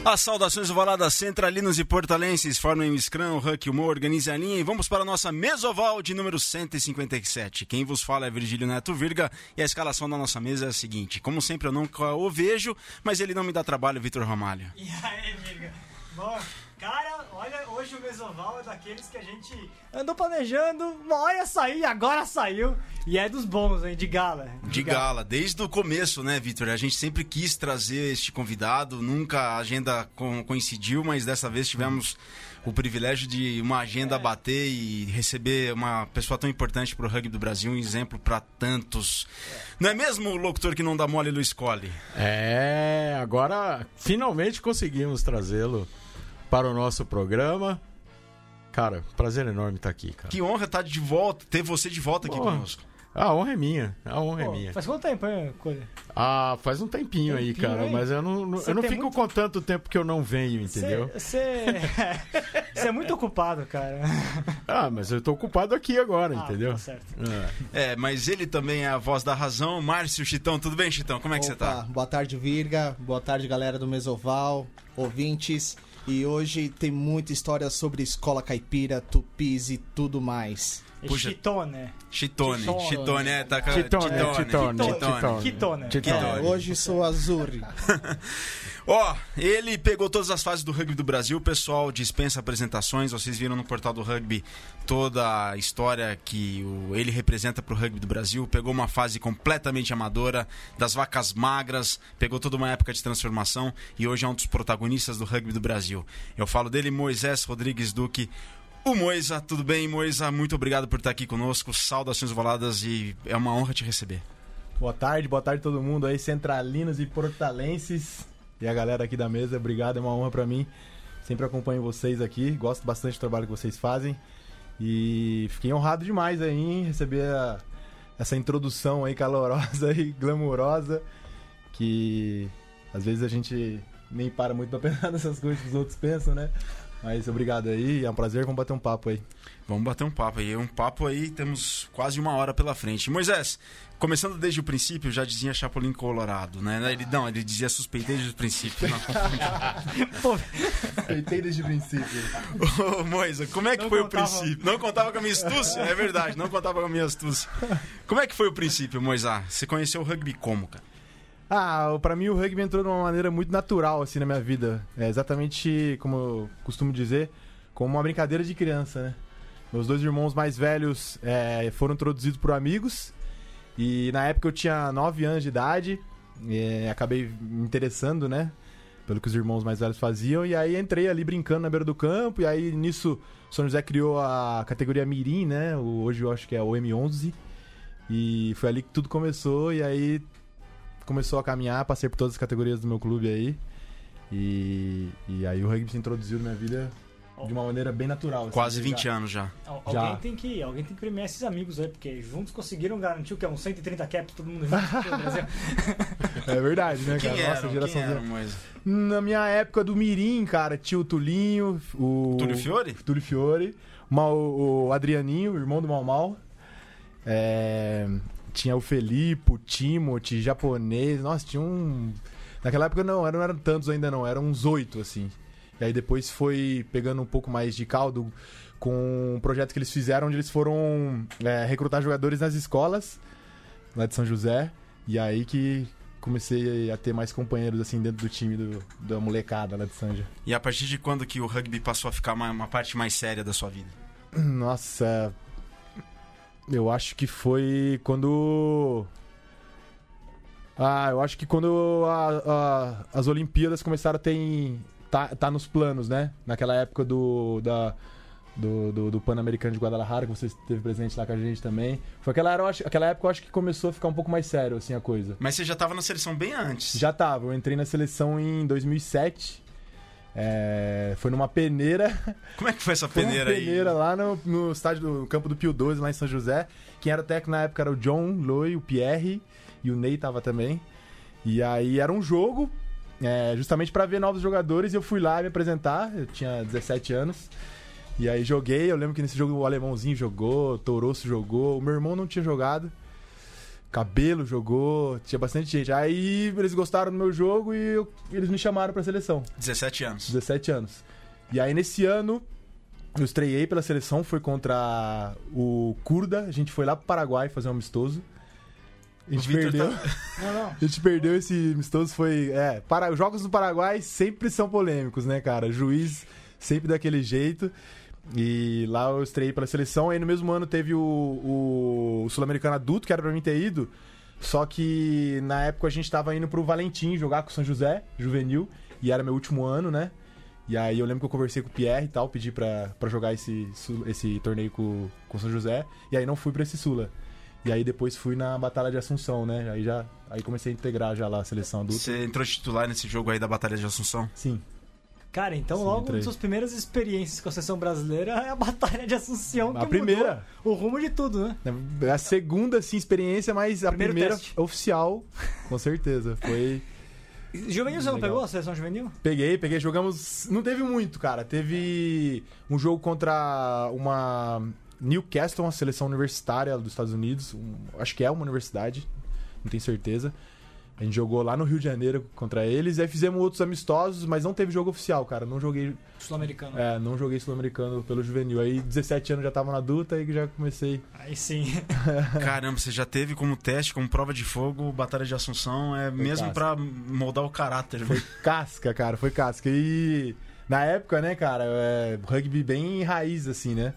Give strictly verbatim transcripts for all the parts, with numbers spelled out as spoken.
As saudações ovaladas centralinos e portalenses, formem o Scrum, o Huck, o Mo, organize a linha e vamos para a nossa mesoval de número cento e cinquenta e sete. Quem vos fala é Virgílio Neto Virga e a escalação da nossa mesa é a seguinte. Como sempre eu nunca o vejo, mas ele não me dá trabalho, Vitor Ramalho. E aí, Virga? Bom, cara, olha, hoje o mesoval é daqueles que a gente andou planejando, uma hora ia sair, agora saiu. E é dos bons, hein, de gala. De, de gala. gala, desde o começo, né, Vitor? A gente sempre quis trazer este convidado, nunca a agenda co- coincidiu, mas dessa vez tivemos o privilégio de uma agenda é. bater e receber uma pessoa tão importante para o rugby do Brasil, um exemplo para tantos. É. Não é mesmo o locutor que não dá mole, Luiz Colli? É, agora finalmente conseguimos trazê-lo para o nosso programa. Cara, prazer enorme estar aqui, cara. Que honra estar de volta, ter você de volta aqui Porra. conosco. A honra é minha, a honra Pô, é minha. Faz quanto tempo, hein, Colli? Ah, faz um tempinho, tempinho aí, cara, hein? Mas eu não, não, eu não fico muito... com tanto tempo que eu não venho, entendeu? Você é muito ocupado, cara. Ah, mas eu tô ocupado aqui agora, ah, entendeu? Tá certo. É. é, mas ele também é a voz da razão. Márcio Chitão, tudo bem, Chitão? Como é que Opa, você tá? Boa tarde, Virga. Boa tarde, galera do Mesoval, ouvintes. E hoje tem muita história sobre escola caipira, tupis e tudo mais. Puxa. Chitone. Chitone. Chitone, é, tá com Chitone, Chitone. Chitone. Chitone. Chitone. Chitone. É, hoje sou azul. Ó, oh, ele pegou todas as fases do rugby do Brasil, o pessoal dispensa apresentações, vocês viram no portal do rugby toda a história que o, ele representa pro rugby do Brasil, pegou uma fase completamente amadora, das vacas magras, pegou toda uma época de transformação e hoje é um dos protagonistas do rugby do Brasil. Eu falo dele, Moisés Rodrigues Duque. O Moisa, tudo bem, Moisa? Muito obrigado por estar aqui conosco, saudações ovaladas e é uma honra te receber. Boa tarde, boa tarde a todo mundo aí, centralinos e portalenses e a galera aqui da mesa, obrigado, é uma honra pra mim, sempre acompanho vocês aqui, gosto bastante do trabalho que vocês fazem e fiquei honrado demais aí em receber a, essa introdução aí calorosa e glamourosa, que às vezes a gente nem para muito pra pensar nessas coisas que os outros pensam, né? Mas obrigado aí, é um prazer, vamos bater um papo aí. Vamos bater um papo aí, um papo aí, temos quase uma hora pela frente. Moisés, começando desde o princípio, já dizia Chapolin Colorado, né? Ele, não, ele dizia suspeitei desde o princípio. Suspeitei desde o princípio. Ô, Moisa, como é que não foi contava... o princípio? Não contava com a minha astúcia? É verdade, não contava com a minha astúcia. Como é que foi o princípio, Moisés? Você conheceu o rugby como, cara? Ah, pra mim o rugby entrou de uma maneira muito natural, assim, na minha vida. É exatamente, como eu costumo dizer, como uma brincadeira de criança, né? Meus dois irmãos mais velhos é, foram introduzidos por amigos. E na época eu tinha nove anos de idade. E acabei me interessando, né? Pelo que os irmãos mais velhos faziam. E aí entrei ali brincando na beira do campo. E aí nisso o São José criou a categoria Mirim, né? Hoje eu acho que é o M onze. E foi ali que tudo começou. E aí começou a caminhar, passei por todas as categorias do meu clube aí. E, e aí o rugby se introduziu na minha vida de uma maneira bem natural. Assim, quase vinte já. anos já. Al- alguém, já. Tem que, alguém tem que premiar esses amigos aí, porque juntos conseguiram garantir o que é uns cento e trinta caps, todo mundo junto no Brasil. É verdade, né, Quem cara? Eram? Nossa, geração Quem eram, Moisa? Na minha época do Mirim, cara, tinha o Tulinho, o... Túlio Fiore? Túlio Fiore, o, o Adrianinho, o irmão do Mau Mau. É... Tinha o Felipe, o Timothy, japonês. Nossa, tinha um... Naquela época não, não eram tantos ainda não, eram uns oito, assim. E aí depois foi pegando um pouco mais de caldo com um projeto que eles fizeram, onde eles foram é, recrutar jogadores nas escolas, lá de São José. E aí que comecei a ter mais companheiros, assim, dentro do time do, da molecada lá de Sanja. E a partir de quando que o rugby passou a ficar uma, uma parte mais séria da sua vida? Nossa... Eu acho que foi quando... Ah, eu acho que quando a, a, as Olimpíadas começaram a ter... Em... Tá, tá nos planos, né? Naquela época do... Da, do, do, do Pan-Americano de Guadalajara, que você esteve presente lá com a gente também. Foi aquela, eu acho, aquela época eu acho que começou a ficar um pouco mais sério, assim, a coisa. Mas você já tava na seleção bem antes. Já tava. Eu entrei na seleção em dois mil e sete... É, foi numa peneira. Como é que foi essa foi peneira uma aí? peneira lá no, no estádio do campo do Pio doze, lá em São José. Quem era técnico na época era o John, Loi, o Pierre e o Ney tava também. E aí era um jogo é, justamente para ver novos jogadores e eu fui lá me apresentar. Eu tinha dezessete anos. E aí joguei. Eu lembro que nesse jogo o alemãozinho jogou, o Torosso jogou. O meu irmão não tinha jogado. Cabelo jogou, tinha bastante gente. Aí eles gostaram do meu jogo e eu- eles me chamaram pra seleção. dezessete anos. dezessete anos. E aí nesse ano eu estreiei pela seleção, foi contra o Kurda, a gente foi lá pro Paraguai fazer um amistoso. A gente O Vitor perdeu. tá- Não, não. A gente perdeu esse amistoso, foi... É, para, os jogos do Paraguai sempre são polêmicos, né, cara? Juiz sempre daquele jeito. E lá eu estreiei pela seleção. Aí no mesmo ano teve o, o, o Sul-Americano Adulto, que era pra mim ter ido. Só que na época a gente tava indo pro Valentim jogar com o São José, juvenil. E era meu último ano, né? E aí eu lembro que eu conversei com o Pierre e tal, pedi pra, pra jogar esse, sul- esse torneio com, com o São José. E aí não fui pra esse Sula. E aí depois fui na Batalha de Assunção, né? Aí já aí comecei a integrar já lá a seleção adulta. Você entrou titular nesse jogo aí da Batalha de Assunção? Sim. Cara, então Sim, logo uma entrei. das suas primeiras experiências com a seleção brasileira é a Batalha de Assunção. A que primeira. mudou o rumo de tudo, né? É a segunda, sim, experiência, mas a Primeiro primeira teste. oficial, com certeza. Foi. Juvenil, você não Legal. pegou a seleção juvenil? Peguei, peguei, jogamos. Não teve muito, cara. Teve um jogo contra uma Newcastle, uma seleção universitária dos Estados Unidos. Um- acho que é uma universidade, não tenho certeza. A gente jogou lá no Rio de Janeiro contra eles. Aí fizemos outros amistosos, mas não teve jogo oficial, cara. Não joguei, Sul-americano. é, não joguei sul-americano pelo juvenil. Aí dezessete anos já tava na adulta e já comecei. Aí sim. Caramba, você já teve como teste, como prova de fogo, Batalha de Assunção, é mesmo casca. pra moldar o caráter. Foi casca, cara, foi casca. E na época, né, cara, é, rugby bem raiz, assim, né?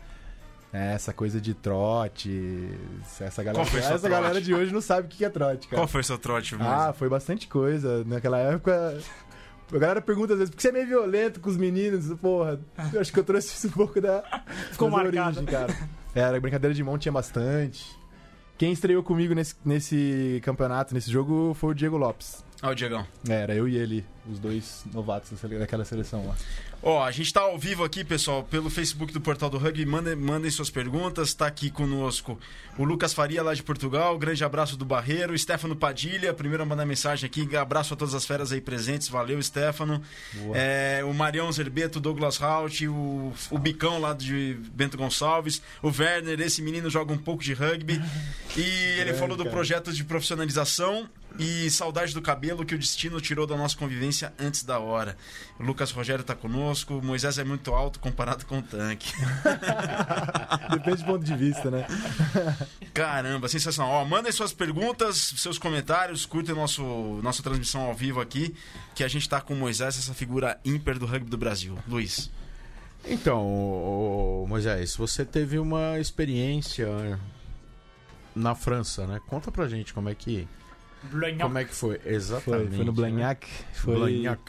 É, essa coisa de trote. Essa galera, Qual foi seu essa trote? galera de hoje não sabe o que é trote, cara. Qual foi o seu trote mesmo? Ah, foi bastante coisa. Naquela época. A galera pergunta às vezes, por que você é meio violento com os meninos? Porra, eu acho que eu trouxe isso um pouco da. Ficou das marcado. origens, cara. Era brincadeira de mão, tinha bastante. Quem estreou comigo nesse, nesse campeonato, nesse jogo, foi o Diego Lopes. Ah, o Diegão. É, era eu e ele, os dois novatos daquela seleção lá. Ó, a gente tá ao vivo aqui, pessoal, pelo Facebook do Portal do Rugby. Mandem, mandem suas perguntas. Tá aqui conosco o Lucas Faria, lá de Portugal. Grande abraço do Barreiro. Stefano Padilha, primeiro a mandar mensagem aqui. Abraço a todas as feras aí presentes. Valeu, Stefano. É, o Marião Zerbeto, Douglas Haut, o, o Bicão lá de Bento Gonçalves. O Werner, esse menino joga um pouco de rugby. E ele Grande, falou do cara. projeto de profissionalização e saudade do cabelo que o destino tirou da nossa convivência antes da hora. O Lucas Rogério tá conosco. O Moisés é muito alto comparado com o tanque. Depende do ponto de vista, né? Caramba, sensacional. Ó, mandem suas perguntas, seus comentários, curtem nosso, nossa transmissão ao vivo aqui, que a gente tá com o Moisés, essa figura ímpar do rugby do Brasil. Luiz. Então, ô, ô, Moisés, você teve uma experiência na França, né? Conta pra gente como é que, como é que foi. Exatamente. Foi, foi no né? Blagnac. Foi, Blagnac.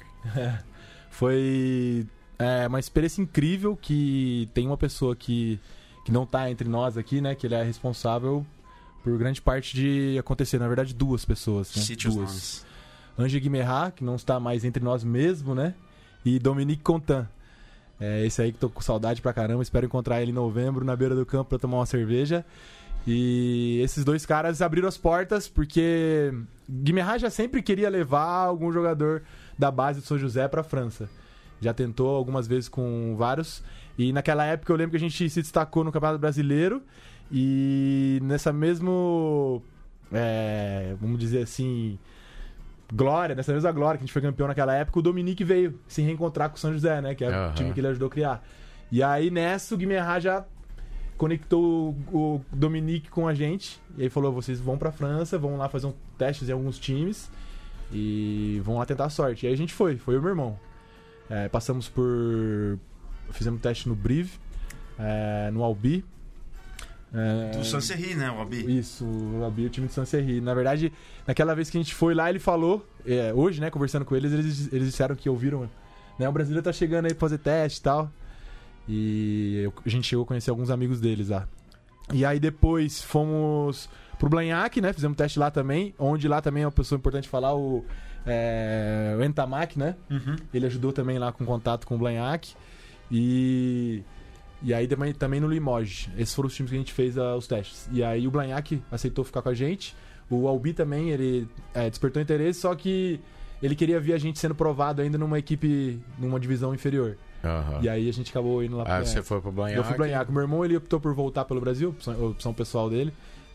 foi é, uma experiência incrível que tem uma pessoa que, que não tá entre nós aqui, né? Que ele é responsável por grande parte de acontecer. Na verdade, duas pessoas, né? Cite os duas. nomes. Ange Guimerá, que não está mais entre nós mesmo, né? E Dominique Contan. É esse aí que tô com saudade pra caramba. Espero encontrar ele em novembro na beira do campo pra tomar uma cerveja. E esses dois caras abriram as portas porque Guimerá já sempre queria levar algum jogador da base do São José pra França. Já tentou algumas vezes com vários. E naquela época eu lembro que a gente se destacou no Campeonato Brasileiro. E nessa mesmo... é, vamos dizer assim... glória, nessa mesma glória que a gente foi campeão naquela época, o Dominique veio se reencontrar com o São José, né? Que é o Aham. time que ele ajudou a criar. E aí nessa o Guimerá já conectou o o Dominique com a gente. E aí falou, vocês vão pra França, vão lá fazer um testes em alguns times e vão lá tentar a sorte. E aí a gente foi, foi eu e meu irmão. É, passamos por... Fizemos teste no Brive, é, no Albi. É, Do Sancerri, né, o Abi? isso, o Albi, o time de Sancerri. Na verdade, naquela vez que a gente foi lá, ele falou, é, hoje, né, conversando com eles, eles, eles disseram que ouviram, né, o brasileiro tá chegando aí pra fazer teste e tal. E eu- a gente chegou a conhecer alguns amigos deles lá. E aí depois fomos pro Blagnac, né, fizemos teste lá também, onde lá também é uma pessoa importante falar, o, é, o Entamac, né, Uhum. ele ajudou também lá com contato com o Blagnac. E... E aí também, também no Limoges. Esses foram os times que a gente fez ah, os testes. E aí o Blagnac aceitou ficar com a gente. O Albi também, ele é, despertou interesse, só que ele queria ver a gente sendo provado ainda numa equipe, numa divisão inferior. Aham. E aí a gente acabou indo lá Ah, pro você foi pro Blagnac? Eu fui pro Blagnac. Meu irmão, ele optou por voltar pelo Brasil, opção, opção pessoal dele.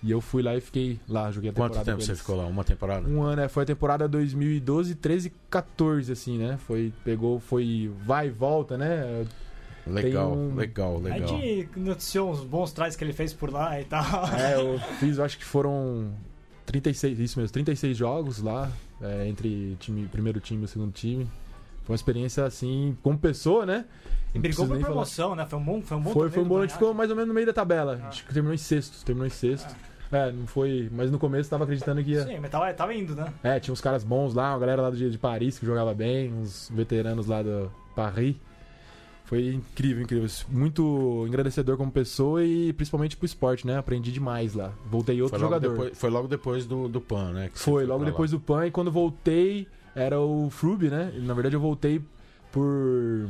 E eu fui lá e fiquei lá, joguei a temporada. Quanto tempo com você eles. ficou lá? Uma temporada? Um ano, é, foi a temporada dois mil e doze, treze, quatorze, assim, né? Foi, pegou, foi vai e volta, né? Legal, um- legal, A legal. gente noticiou uns bons trás que ele fez por lá e tal. É, eu fiz, eu acho que foram trinta e seis, isso mesmo, trinta e seis jogos lá, é, entre time, primeiro time e o segundo time. Foi uma experiência, assim, como pessoa, né? E Não brigou preciso por nem falar. promoção, né? Foi um bom, foi um bom Foi, foi um torneio bom, a do gente ficou Banhaque. mais ou menos no meio da tabela. Ah. Acho que terminou em sexto, terminou em sexto. É, não foi. Mas no começo tava acreditando que ia. Sim, mas tava, tava indo, né? É, tinha uns caras bons lá, uma galera lá de, de Paris que jogava bem, uns veteranos lá do Paris. Foi incrível, incrível. Muito engrandecedor como pessoa e principalmente pro esporte, né? Aprendi demais lá. Voltei outro Foi logo, jogador. depois, foi logo depois do, do P A N, né? que você Foi, logo pra depois lá. do P A N. E quando voltei, era o Frube, né? Na verdade, eu voltei por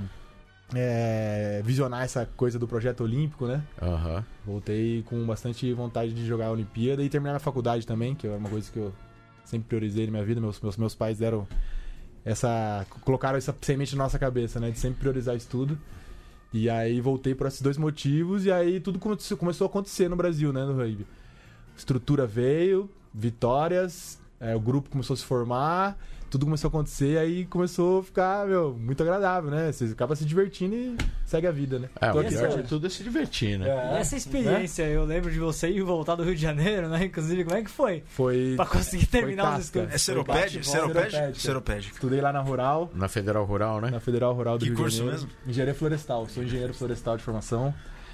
é, visionar essa coisa do projeto olímpico, né? Aham. Voltei com bastante vontade de jogar a Olimpíada e terminar na faculdade também, que era uma coisa que eu sempre priorizei na minha vida. Meus, meus, meus pais deram essa. Colocaram essa semente na nossa cabeça, né? De sempre priorizar o estudo. E aí voltei por esses dois motivos e aí tudo começou, começou a acontecer no Brasil, né? No rugby. Estrutura veio, vitórias, é, o grupo começou a se formar, tudo começou a acontecer, aí começou a ficar, meu, muito agradável, né? Você acaba se divertindo e segue a vida, né? É, Tô o aqui melhor só- de tudo é se divertir, né? É, E essa experiência, eu lembro de você ir voltar do Rio de Janeiro, né? Inclusive, como é que foi? Foi. Pra conseguir terminar os casca. estudos. É seropédico? bate e Seropédico? volta. Seropédico. Estudei lá na Rural, Na Federal Rural, né? na Federal Rural do Que Rio curso de Janeiro. mesmo? Engenharia florestal. Sou engenheiro florestal de formação.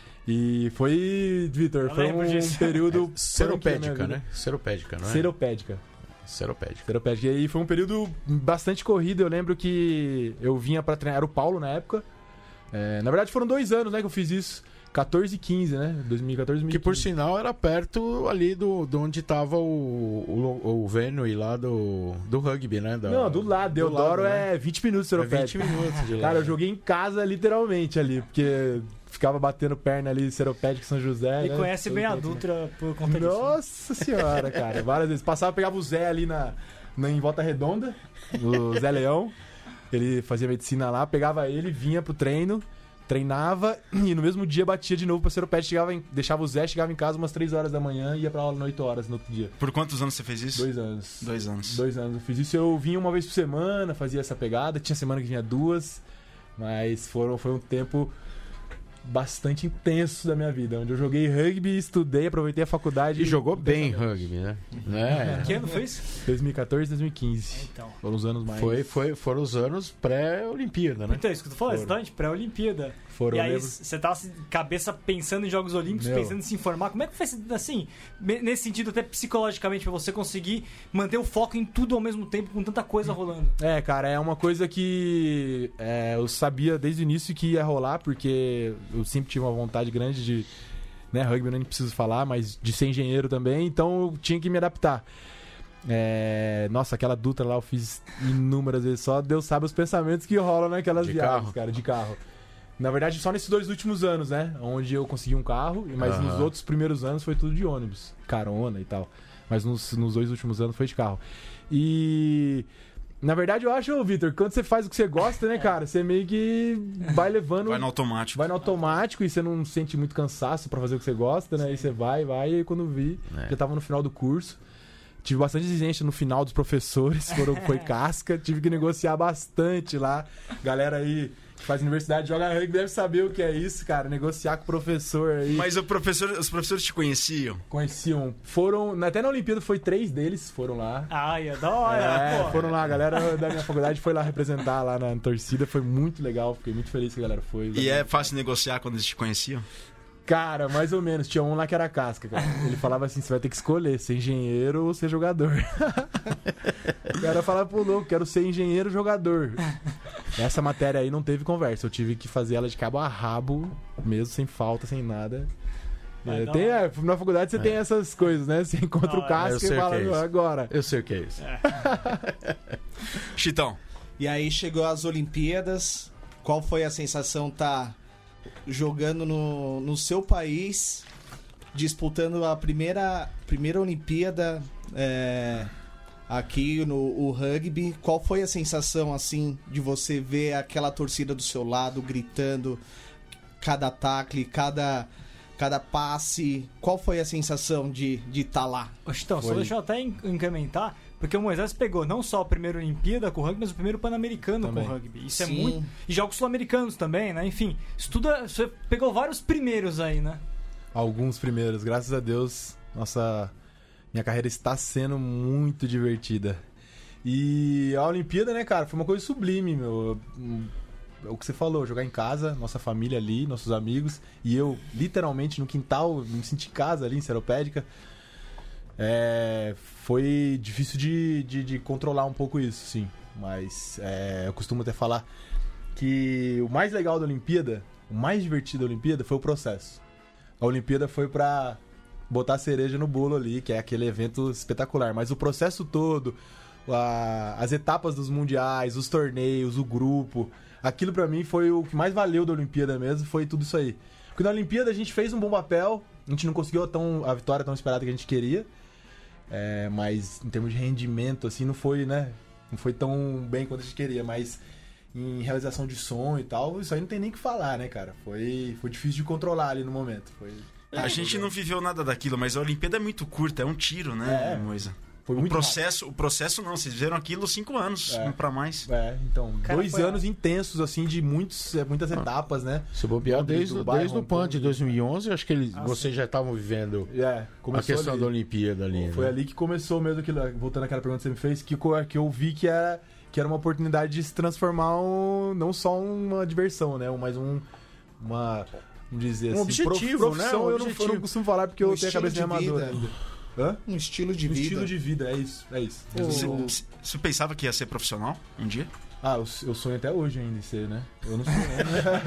E foi, Vitor, Eu foi lembro um disso. período... Seropédica, punk na minha né? Seropédica, não vida. é? Seropédica. Seropédica. Seropédica. E aí foi um período bastante corrido. Eu lembro que eu vinha pra treinar. Era o Paulo na época. É, na verdade foram dois anos, né, que eu fiz isso. catorze e quinze, né? dois mil e catorze, dois mil e Que por quinze. sinal era perto ali do, do onde tava o, o, o Venue lá do, do rugby, né? Da- Não, do lado. Deodoro lado, né? é vinte minutos de É vinte Seropédica. minutos de lá. Cara, eu joguei em casa literalmente ali, porque ficava batendo perna ali, Seropédico, São José. E né? conhece Todo bem a tempo, né? Dutra por conta disso. Nossa senhora, cara. Várias vezes. Passava, pegava o Zé ali na, na, em Volta Redonda, o Zé Leão. Ele fazia medicina lá, pegava ele, vinha pro treino, treinava e no mesmo dia batia de novo pra Seropédico, chegava em, deixava o Zé, chegava em casa umas três horas da manhã e ia pra aula às oito horas no outro dia. Por quantos anos você fez isso? Dois anos. Dois anos. Dois anos eu fiz isso. Eu vinha uma vez por semana, fazia essa pegada. Tinha semana que vinha duas. Mas foram, foi um tempo bastante intenso da minha vida. Onde eu joguei rugby, estudei, aproveitei a faculdade. E jogou bem intensamente. rugby, né? né? Que ano foi isso? dois mil e catorze, dois mil e quinze. Então. Foram os anos mais... Foi, foi, foram os anos pré-Olimpíada, né? Então, isso que tu falou, Foram. exatamente, pré-Olimpíada. Foram, E eu aí, lembro- você tava assim, cabeça pensando em Jogos Olímpicos, Meu. pensando em se informar. Como é que foi, assim, me- nesse sentido, até psicologicamente, pra você conseguir manter o foco em tudo ao mesmo tempo, com tanta coisa rolando? É, cara, é uma coisa que é, eu sabia desde o início que ia rolar, porque eu sempre tive uma vontade grande de... Né, rugby eu nem preciso falar, mas de ser engenheiro também, então eu tinha que me adaptar. É, nossa, aquela Dutra lá eu fiz inúmeras vezes, só Deus sabe os pensamentos que rolam naquelas De viagens, carro? cara, de carro. Na verdade, só nesses dois últimos anos, né? Onde eu consegui um carro, mas Aham. nos outros primeiros anos foi tudo de ônibus, carona e tal. Mas nos, nos dois últimos anos foi de carro. E... Na verdade, eu acho, Vitor, que quando você faz o que você gosta, né, cara? Você meio que vai levando... Vai no automático. Vai no automático e você não sente muito cansaço pra fazer o que você gosta, né? Aí você vai, vai, e aí quando vi, É. já tava no final do curso. Tive bastante exigência no final dos professores, foram, foi casca, tive que negociar bastante lá. Galera aí que faz universidade, joga rugby, deve saber o que é isso, cara. Negociar com o professor aí. Mas o professor, os professores te conheciam? Conheciam. Foram, até na Olimpíada foi três deles, foram lá. Ai, é da hora, É, pô. foram lá, a galera da minha faculdade foi lá representar lá na torcida, foi muito legal, fiquei muito feliz que a galera foi. E é fácil negociar quando eles te conheciam? Cara, mais ou menos. Tinha um lá que era casca, cara. Ele falava assim, você vai ter que escolher, ser engenheiro ou ser jogador. O cara falava pro louco, quero ser engenheiro ou jogador. Essa matéria aí não teve conversa. Eu tive que fazer ela de cabo a rabo, mesmo, sem falta, sem nada. Mas É, não- tem, é, na faculdade você tem essas coisas, né? Você encontra Não, o é, casca eu e sei o fala, que é isso. agora. Eu sei o que é isso. Chitão, E aí chegou as Olimpíadas. Qual foi a sensação tá jogando no, no seu país, disputando a primeira, primeira Olimpíada é, aqui no o rugby? Qual foi a sensação assim de você ver aquela torcida do seu lado gritando cada tackle, cada cada passe. Qual foi a sensação de de estar lá? Então, só deixa eu até incrementar, porque o Moisés pegou não só a primeira Olimpíada com o rugby, mas o primeiro Pan-Americano com o rugby. Isso Sim. é muito... E jogos sul-americanos também, né? Enfim, isso tudo é... você pegou vários primeiros aí, né? Alguns primeiros, graças a Deus. Nossa, minha carreira está sendo muito divertida. E a Olimpíada, né, cara, foi uma coisa sublime, meu. O que você falou, jogar em casa, nossa família ali, nossos amigos, e eu, literalmente, no quintal, me senti em casa ali, em Seropédica. É, foi difícil de, de, de controlar um pouco isso, sim. Mas é, eu costumo até falar que o mais legal da Olimpíada, o mais divertido da Olimpíada foi o processo. A Olimpíada foi pra botar a cereja no bolo ali, que é aquele evento espetacular. Mas o processo todo, a, as etapas dos mundiais, os torneios, o grupo, aquilo pra mim foi o que mais valeu da Olimpíada mesmo, foi tudo isso aí. Porque na Olimpíada a gente fez um bom papel, a gente não conseguiu tão, a vitória tão esperada que a gente queria, é, mas em termos de rendimento, assim, não foi, né? Não foi tão bem quanto a gente queria, mas em realização de som e tal, isso aí não tem nem o que falar, né, cara? Foi, foi difícil de controlar ali no momento. Foi... A gente não viveu nada daquilo, mas a Olimpíada é muito curta, é um tiro, né, é, Moisa? Foi o muito processo, o processo não, vocês viram aquilo cinco anos, é. pra mais. É, então, Cara, dois foi... anos intensos, assim, de muitos, muitas etapas, né? Se bobear, desde, Dubai, desde o Hong P A N Kong, de dois mil e onze, acho que eles, ah, vocês sim. já estavam vivendo é, a questão ali. da Olimpíada ali. Foi né? ali que começou mesmo, aquilo, voltando àquela pergunta que você me fez, que, que eu vi que era, que era uma oportunidade de se transformar um, não só uma diversão, né? Mas um, uma... Vamos dizer Um assim, objetivo, prof, né? profissão, Um eu, não, objetivo. eu não costumo falar porque Um eu tenho a cabeça de estilo de amador vida. ainda. Hã? Um estilo de Um vida. estilo de vida, é isso, é isso. Você, Eu- você pensava que ia ser profissional um dia? Ah, eu, eu sonho até hoje ainda em ser, né? Eu não sonho, né?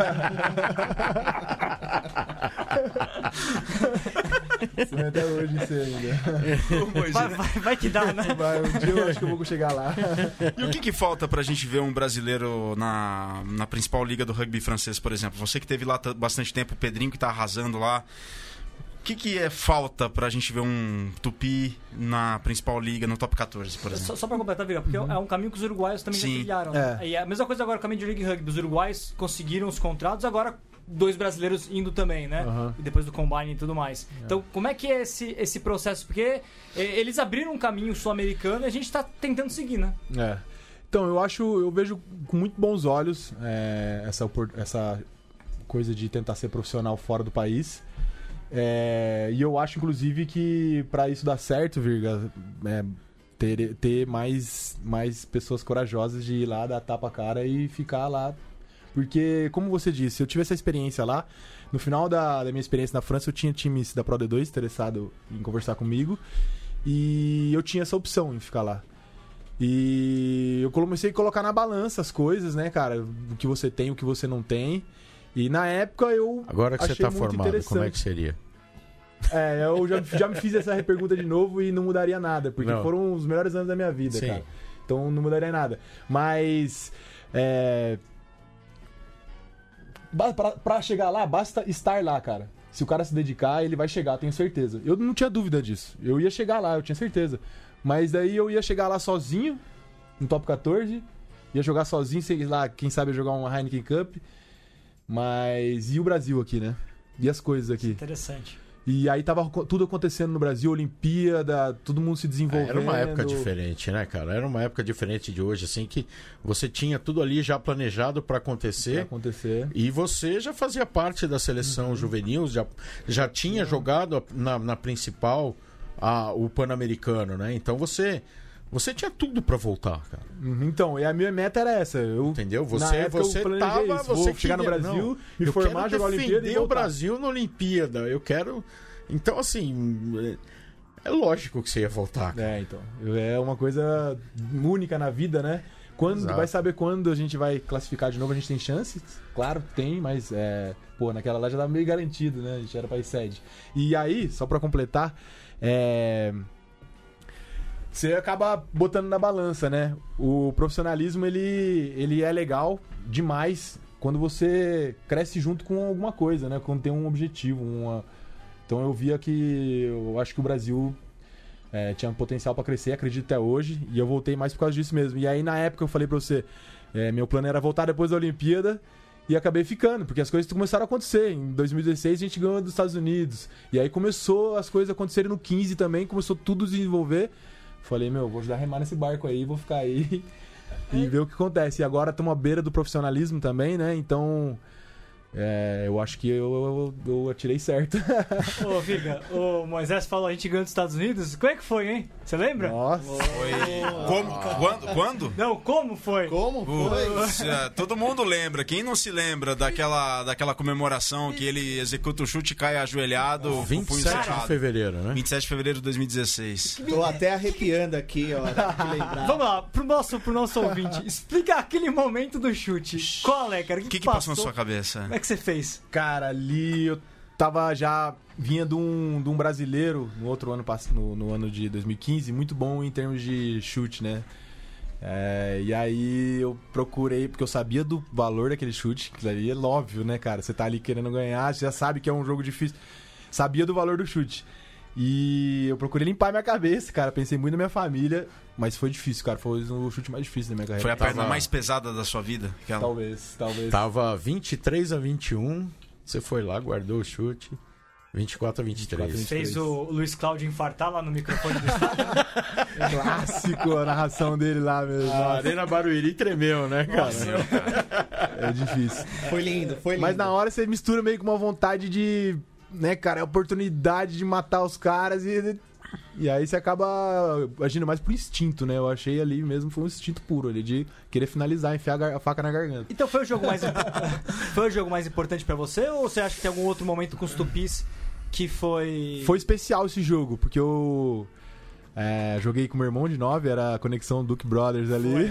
sonho até hoje em ser ainda. Vai, vai, vai que dá, né? Vai, um dia eu acho que eu vou chegar lá. E o que, que falta pra gente ver um brasileiro na, na principal liga do rugby francês, por exemplo? Você que teve lá t- bastante tempo, o Pedrinho que tá arrasando lá. O que, que é falta pra gente ver um Tupi na principal liga, no top quatorze, por exemplo? Só, só pra completar, Viga, porque é um caminho que os uruguaios também já Sim. trilharam. É. Né? E a mesma coisa agora com a Major League Rugby. Os uruguaios conseguiram os contratos, agora dois brasileiros indo também, né? Aham. E depois do Combine e tudo mais. Então, como é que é esse, esse processo? Porque eh, eles abriram um caminho sul-americano e a gente tá tentando seguir, né? É. Então, eu acho, eu vejo com muito bons olhos é, essa, opor- essa coisa de tentar ser profissional fora do país. É, e eu acho, inclusive, que pra isso dar certo, Virga, é, ter, ter mais, mais pessoas corajosas de ir lá, dar tapa a cara e ficar lá. Porque, como você disse, eu tive essa experiência lá. No final da, da minha experiência na França, eu tinha times da Pro D dois interessado em conversar comigo. E eu tinha essa opção em ficar lá. E eu comecei a colocar na balança as coisas, né, cara? O que você tem, o que você não tem. E na época eu Agora que achei você tá muito formado, como é interessante. que seria? É, eu já, já me fiz essa pergunta de novo e não mudaria nada, porque Não. foram os melhores anos da minha vida, Sim. cara. Então não mudaria nada. Mas é... ba- pra, pra chegar lá, basta estar lá, cara. Se o cara se dedicar, ele vai chegar, tenho certeza. Eu não tinha dúvida disso. Eu ia chegar lá, eu tinha certeza. Mas daí eu ia chegar lá sozinho, no top quatorze, ia jogar sozinho, sei lá, quem sabe jogar uma Heineken Cup. Mas e o Brasil aqui, né? E as coisas aqui. Interessante. E aí tava tudo acontecendo no Brasil, Olimpíada, todo mundo se desenvolvendo. Era uma época diferente, né, cara? Era uma época diferente de hoje, assim, que você tinha tudo ali já planejado pra Pra acontecer. acontecer. E você já fazia parte da seleção juvenil, já, já tinha jogado a- na, na principal a, o Pan-Americano, né? Então você, você tinha tudo pra voltar, cara. Uhum, Então, e a minha meta era essa. Eu, Entendeu? na Você, época, você eu planejei tava, isso. Vou você chegar no queria- Brasil, não, me eu formar, quero jogar a Olimpíada e defender o voltar. Brasil na Olimpíada. Eu quero. Então, assim, é lógico que você ia voltar, cara. É, então. É uma coisa única na vida, né? Quando, Exato. vai saber quando a gente vai classificar de novo, a gente tem chances? Claro, tem, mas é, pô, naquela lá já tava meio garantido, né? A gente era país sede. E aí, só pra completar, é... você acaba botando na balança, né? O profissionalismo, ele, ele é legal demais quando você cresce junto com alguma coisa, né? Quando tem um objetivo, uma... Então eu via que eu acho que o Brasil é, tinha um potencial pra crescer, acredito até hoje, e eu voltei mais por causa disso mesmo. E aí na época eu falei pra você, é, meu plano era voltar depois da Olimpíada E acabei ficando, porque as coisas começaram a acontecer. Em dois mil e dezesseis a gente ganhou dos Estados Unidos. E aí começou as coisas a acontecerem no quinze também, começou tudo a desenvolver. Falei, meu, vou ajudar a remar nesse barco aí, vou ficar aí e ver o que acontece. E agora estamos à beira do profissionalismo também, né? Então... É, eu acho que eu, eu, eu atirei certo. Ô, Figa, o Moisés falou, a gente ganhou dos Estados Unidos. Como é que foi, hein? Você lembra? Nossa. Foi. Como? Quando? Quando? Não, como foi? Como foi? Puxa, todo mundo lembra. Quem não se lembra daquela, daquela comemoração que ele executa o chute e cai ajoelhado com o vinte e punho sete cerrado? de fevereiro, né? vinte e sete de fevereiro de dois mil e dezesseis. Tô até arrepiando aqui, ó, de lembrar. Vamos lá, pro nosso, pro nosso ouvinte, explica aquele momento do chute. Qual é, cara? O que, O que, que que passou passou na sua cabeça? Como é que você fez? Cara, ali eu tava já... Vinha de um, de um brasileiro no outro ano, no, no ano de dois mil e quinze, muito bom em termos de chute, né? É, e aí eu procurei, porque eu sabia do valor daquele chute, que ali é óbvio, né, cara? Você tá ali querendo ganhar, você já sabe que é um jogo difícil. Sabia do valor do chute. E eu procurei limpar minha cabeça, cara. Pensei muito na minha família, mas foi difícil, cara. Foi o chute mais difícil da minha carreira. Foi a Tava- perna mais pesada da sua vida? Aquela? Talvez, talvez. Tava vinte e três a vinte e um. Você foi lá, guardou o chute. vinte e quatro a vinte e três. vinte e quatro a Fez o Luiz Cláudio infartar lá no microfone do estádio? Clássico, a narração dele lá mesmo. A Arena Barueri tremeu, né, cara? É difícil. Foi lindo, foi lindo. Mas na hora você mistura meio com uma vontade de, né, cara, a oportunidade de matar os caras e, e aí você acaba agindo mais por instinto, né? Eu achei ali mesmo, foi um instinto puro ali, de querer finalizar, enfiar a, gar- a faca na garganta. Então foi o jogo mais foi o jogo mais importante pra você ou você acha que tem algum outro momento com os Tupis que foi Foi especial esse jogo, porque eu é, joguei com meu irmão de nove, era a conexão Duke Brothers ali.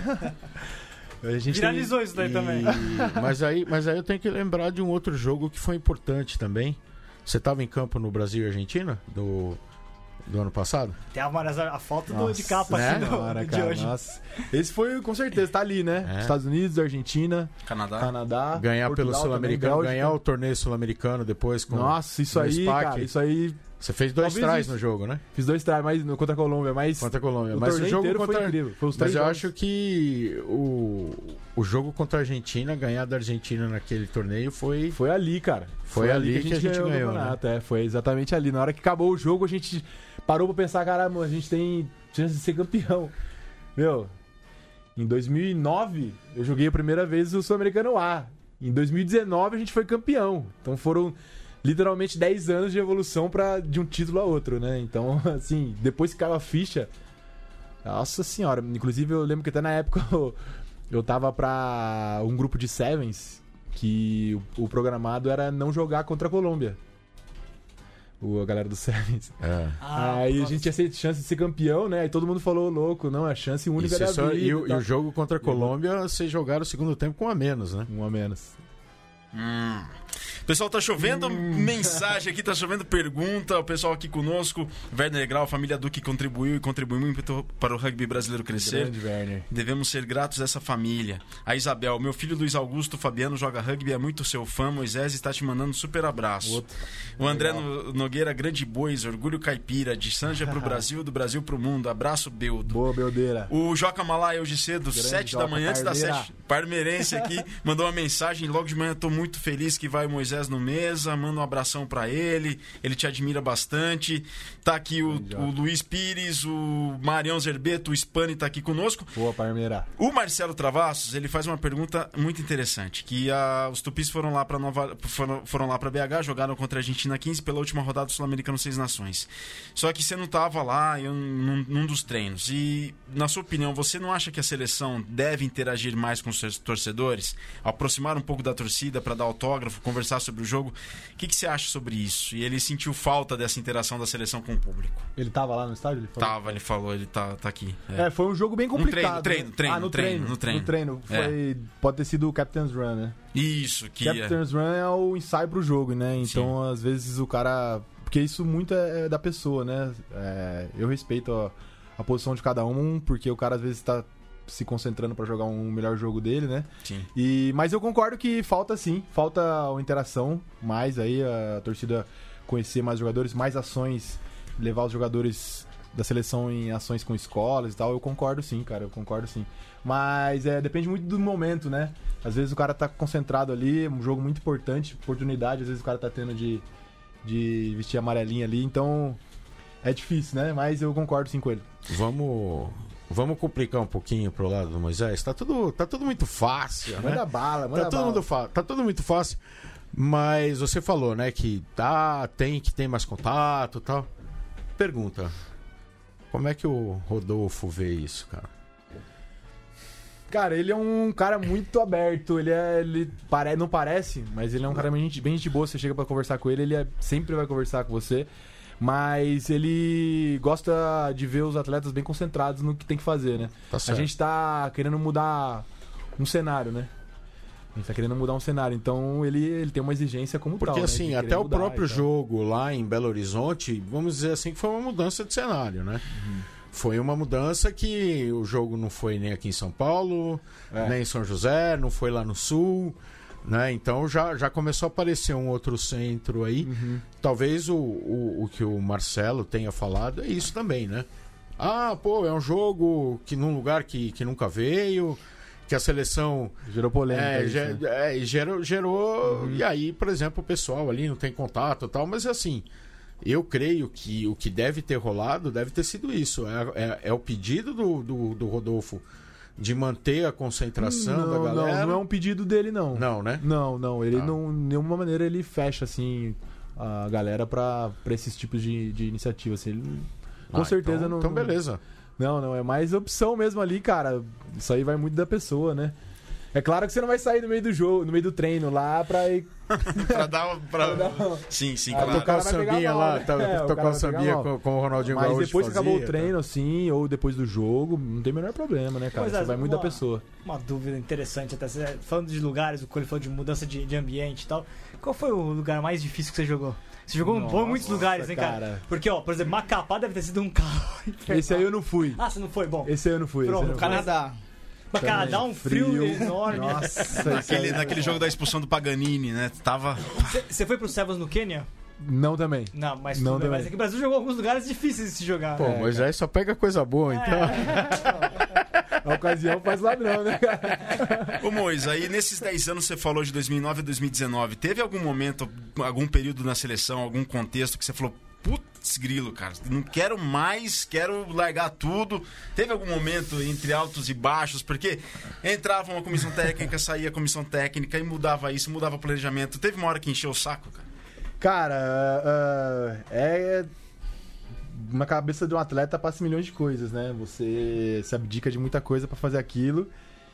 A gente Viralizou isso daí E- também. Mas aí, mas aí eu tenho que lembrar de um outro jogo que foi importante também. Você estava em campo no Brasil e Argentina do, do ano passado? Tem a, a foto do- Nossa, de capa né? assim no, Cara, de cara, hoje. nossa. Esse foi, com certeza, tá ali, né? É. Estados Unidos, Argentina, Canadá? Canadá. Ganhar Portugal pelo Sul-Americano, também, Bélgica. ganhar o torneio sul-americano depois com Nossa, isso no aí, SPAC. cara, isso aí. Você fez dois Talvez trás isso. no jogo, né? Fiz dois tries mas, contra a Colômbia, mas. Contra a Colômbia. o Mas o torneio jogo inteiro contra foi incrível. Foi os três Mas eu jogos. acho que o, o jogo contra a Argentina, ganhar da Argentina naquele torneio foi. Foi ali, cara. Foi ali que a gente o ganhou, campeonato, é, foi exatamente ali. Na hora que acabou o jogo, a gente parou pra pensar, caramba, a gente tem chance de ser campeão. Meu, em dois mil e nove, eu joguei a primeira vez o Sul-Americano A. Em dois mil e dezenove, a gente foi campeão. Então foram literalmente dez anos de evolução pra, de um título a outro, né? Então, assim, depois que caiu a ficha... Nossa senhora. Inclusive, eu lembro que até na época eu, eu tava pra um grupo de Sevens que o, o programado era não jogar contra a Colômbia. O, a galera do Sevens. É. Ah, Aí a nossa. gente tinha cer- chance de ser campeão, né? Aí todo mundo falou, louco, não, a chance única Isso, da isso, vida. e, o, e tal. o jogo contra a Colômbia, vocês jogaram o segundo tempo com um a menos, né? Um a menos. Hum. Pessoal, tá chovendo mensagem aqui, tá chovendo pergunta. O pessoal aqui conosco, Werner Grau, família Duque contribuiu e contribuiu muito para o rugby brasileiro crescer. Grande Werner. Devemos ser gratos a essa família. A Isabel, meu filho Luiz Augusto Fabiano joga rugby, é muito seu fã. Moisés está te mandando um super abraço. Outro. O André no- Nogueira, grande bois, orgulho caipira, de Sanja pro Brasil, do Brasil pro mundo. Abraço, Beldo. Boa, Beldeira. O Joca Malai, hoje cedo, Grande sete da Joca, manhã, antes das Parmeira. sete, parmeirense aqui, mandou uma mensagem. Logo de manhã, tô muito feliz que vai o Moisés no mesa. Manda um abração pra ele. Ele te admira bastante. Tá aqui o, Grande o Joca. Luiz Pires, o Marião Zerbeto, o Spani tá aqui conosco. Boa, Parmeira. O Marcelo Travassos, ele faz uma pergunta muito interessante, que ah, os Tupis foram lá para Nova foram, foram lá para B H, jogaram contra a Argentina quinze pela última rodada do Sul-Americano Seis Nações. Só que você não tava lá eu, num, num dos treinos. E na sua opinião, você não acha que a seleção deve interagir mais com os seus torcedores, aproximar um pouco da torcida para dar autógrafo, conversar sobre o jogo? O que, que você acha sobre isso? E ele sentiu falta dessa interação da seleção com o público. Ele tava lá no estádio? Ele falou? Tava, ele falou, ele tá, tá aqui. É, foi um jogo bem complicado. treino, né? treino, ah, no treino, treino, no treino. No treino. É. Foi, pode ter sido o Captain's Run, né? Isso, que é. Captain's Run é o ensaio pro jogo, né? Então, às vezes, o cara... Porque isso muito é da pessoa, né? É, eu respeito a, a posição de cada um, porque o cara, às vezes, tá se concentrando pra jogar um melhor jogo dele, né? Sim. E, mas eu concordo que falta, sim. Falta a interação mais aí, a torcida conhecer mais jogadores, mais ações, levar os jogadores da seleção em ações com escolas e tal, eu concordo sim, cara, eu concordo sim. Mas é, depende muito do momento, né? Às vezes o cara tá concentrado ali, um jogo muito importante, oportunidade, às vezes o cara tá tendo de, de vestir amarelinha ali, então é difícil, né? Mas eu concordo sim com ele. Vamos, vamos complicar um pouquinho pro lado do Moisés. Tá tudo, tá tudo muito fácil, Manda né? bala, manda tá tudo bala. muito fa- Tá tudo muito fácil. Mas você falou, né, que tá, tem que ter mais contato e tal. Pergunta, como é que o Rodolfo vê isso, cara? Cara, ele é um cara muito aberto, ele é. Ele pare, não parece, mas ele é um cara bem gente, bem gente boa. Você chega pra conversar com ele, ele é, sempre vai conversar com você. Mas ele gosta de ver os atletas bem concentrados no que tem que fazer, né? Tá A certo. gente tá querendo mudar um cenário, né? A gente tá querendo mudar um cenário, então ele, ele tem uma exigência como Porque tal, né? assim, De até querer o mudar próprio e tal. jogo lá em Belo Horizonte, vamos dizer assim, que foi uma mudança de cenário, né? Uhum. Foi uma mudança que o jogo não foi nem aqui em São Paulo, É. nem em São José, não foi lá no Sul, né? Então já, já começou a aparecer um outro centro aí. Uhum. Talvez o, o, o que o Marcelo tenha falado é isso também, né? Ah, pô, é um jogo que num lugar que, que nunca veio, que a seleção Gerou polêmica. é, isso, ge- né? é, e gerou, gerou Uhum. e aí, por exemplo, o pessoal ali não tem contato e tal, mas assim, eu creio que o que deve ter rolado deve ter sido isso. É, é, é o pedido do, do, do Rodolfo de manter a concentração não, da galera. Não, não é um pedido dele, não. Não, né? Não, não. Ele Tá. não, de nenhuma maneira ele fecha, assim, a galera pra, pra esses tipos de, de iniciativa. Assim, ele, com Ah, certeza então, não. Então, não- beleza. Não, não. É mais opção mesmo ali, cara. Isso aí vai muito da pessoa, né? É claro que você não vai sair no meio do jogo, no meio do treino lá pra ir. pra dar. Pra... Pra dar uma- Sim, sim, Ah, claro. Tocar o cara vai pegar sambinha mal, lá, né? tá- É, o cara tocar vai o pegar sambinha mal. com, com o Ronaldinho Mas Gaúcho depois que acabou o fazia, treino, assim, ou depois do jogo, não tem o menor problema, né, cara? Pois é, Isso vai muito da uma- pessoa. Uma dúvida interessante até. Você- Falando de lugares, o Cole falou de mudança de, de ambiente e tal. Qual foi o lugar mais difícil que você jogou? Você jogou em Nossa, muitos lugares, hein, cara? cara. Porque, ó, por exemplo, Macapá deve ter sido um carro. Esse aí eu não fui. Ah, você não foi? Bom. Esse aí eu não fui. esse aí eu Pronto, não fui. Canadá. Mas Canadá, um frio, Frio. enorme. Nossa, esse Naquele, aí- naquele jogo da expulsão do Paganini, né? Tava. Você- Você foi pro Sevens no Quênia? Não também. Não, mas, Não tudo bem, também. mas aqui no Brasil jogou alguns lugares difíceis de se jogar. Pô, né? Moisés só pega coisa boa, então. A ocasião faz ladrão, né, cara? Ô Mois, aí nesses dez anos você falou de dois mil e nove a dois mil e dezenove, teve algum momento, algum período na seleção, algum contexto que você falou, putz grilo, cara, não quero mais, quero largar tudo? Teve algum momento entre altos e baixos? Porque entrava uma comissão técnica, saía a comissão técnica e mudava isso, mudava o planejamento. Teve uma hora que encheu o saco, cara? Cara, ah, é. Na cabeça de um atleta passa milhões de coisas, né? Você se abdica de muita coisa pra fazer aquilo.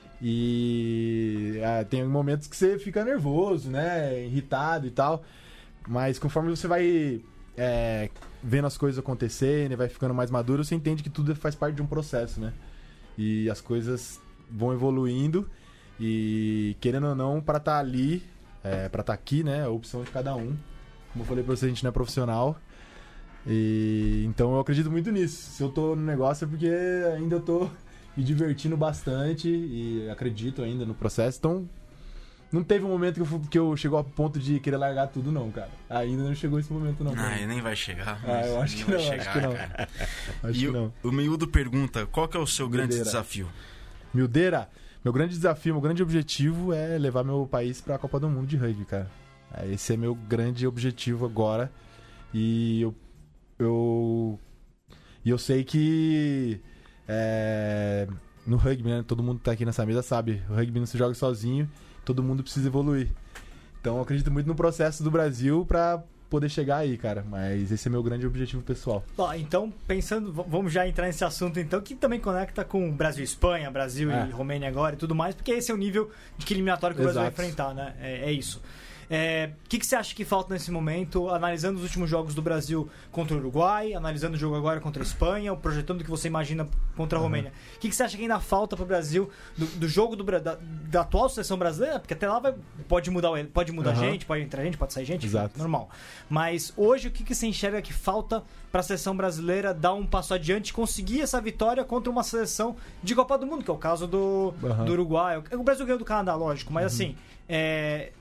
E ah, tem momentos que você fica nervoso, né? Irritado e tal. Mas conforme você vai é, vendo as coisas acontecerem, vai ficando mais maduro, você entende que tudo faz parte de um processo, né? E as coisas vão evoluindo. E querendo ou não, pra estar ali, é, pra estar aqui, né? A opção de cada um. Como eu falei pra você, a gente não é profissional. E então eu acredito muito nisso. Se eu tô no negócio é porque ainda eu tô me divertindo bastante e acredito ainda no processo. Então não teve um momento que eu, fu- que eu chegou ao ponto de querer largar tudo, não, cara. Ainda não chegou esse momento, não. Ah, nem vai chegar. Ah, eu acho que vai não, acho chegar, que não. cara. Acho E que o, não. o Miúdo pergunta, qual que é o seu grande Mildeira. desafio? Mildeira, meu grande desafio, meu grande objetivo é levar meu país pra Copa do Mundo de rugby, cara. Esse é meu grande objetivo agora. E eu eu e eu sei que é, no rugby, né, todo mundo que tá aqui nessa mesa sabe, o rugby não se joga sozinho, todo mundo precisa evoluir. Então eu acredito muito no processo do Brasil pra poder chegar aí, cara. Mas esse é meu grande objetivo pessoal. Ó, então, pensando, v- vamos já entrar nesse assunto então, que também conecta com Brasil e Espanha, Brasil É. e Romênia agora e tudo mais, porque esse é o nível de eliminatório que o Brasil vai Exato. enfrentar, né? É, é isso. É, o que, que você acha que falta nesse momento, analisando os últimos jogos do Brasil contra o Uruguai, analisando o jogo agora contra a Espanha, projetando o que você imagina contra a Romênia? O que, que você acha que ainda falta para o Brasil do, do jogo do, Bra- da, da atual seleção brasileira? Porque até lá vai, pode mudar, o- pode mudar Uhum. gente, pode entrar gente, pode sair gente, enfim, Exato. normal. Mas hoje o que, que você enxerga que falta para a seleção brasileira dar um passo adiante e conseguir essa vitória contra uma seleção de Copa do Mundo, que é o caso do, Uhum. do Uruguai. O Brasil ganhou do Canadá, lógico, mas assim, é,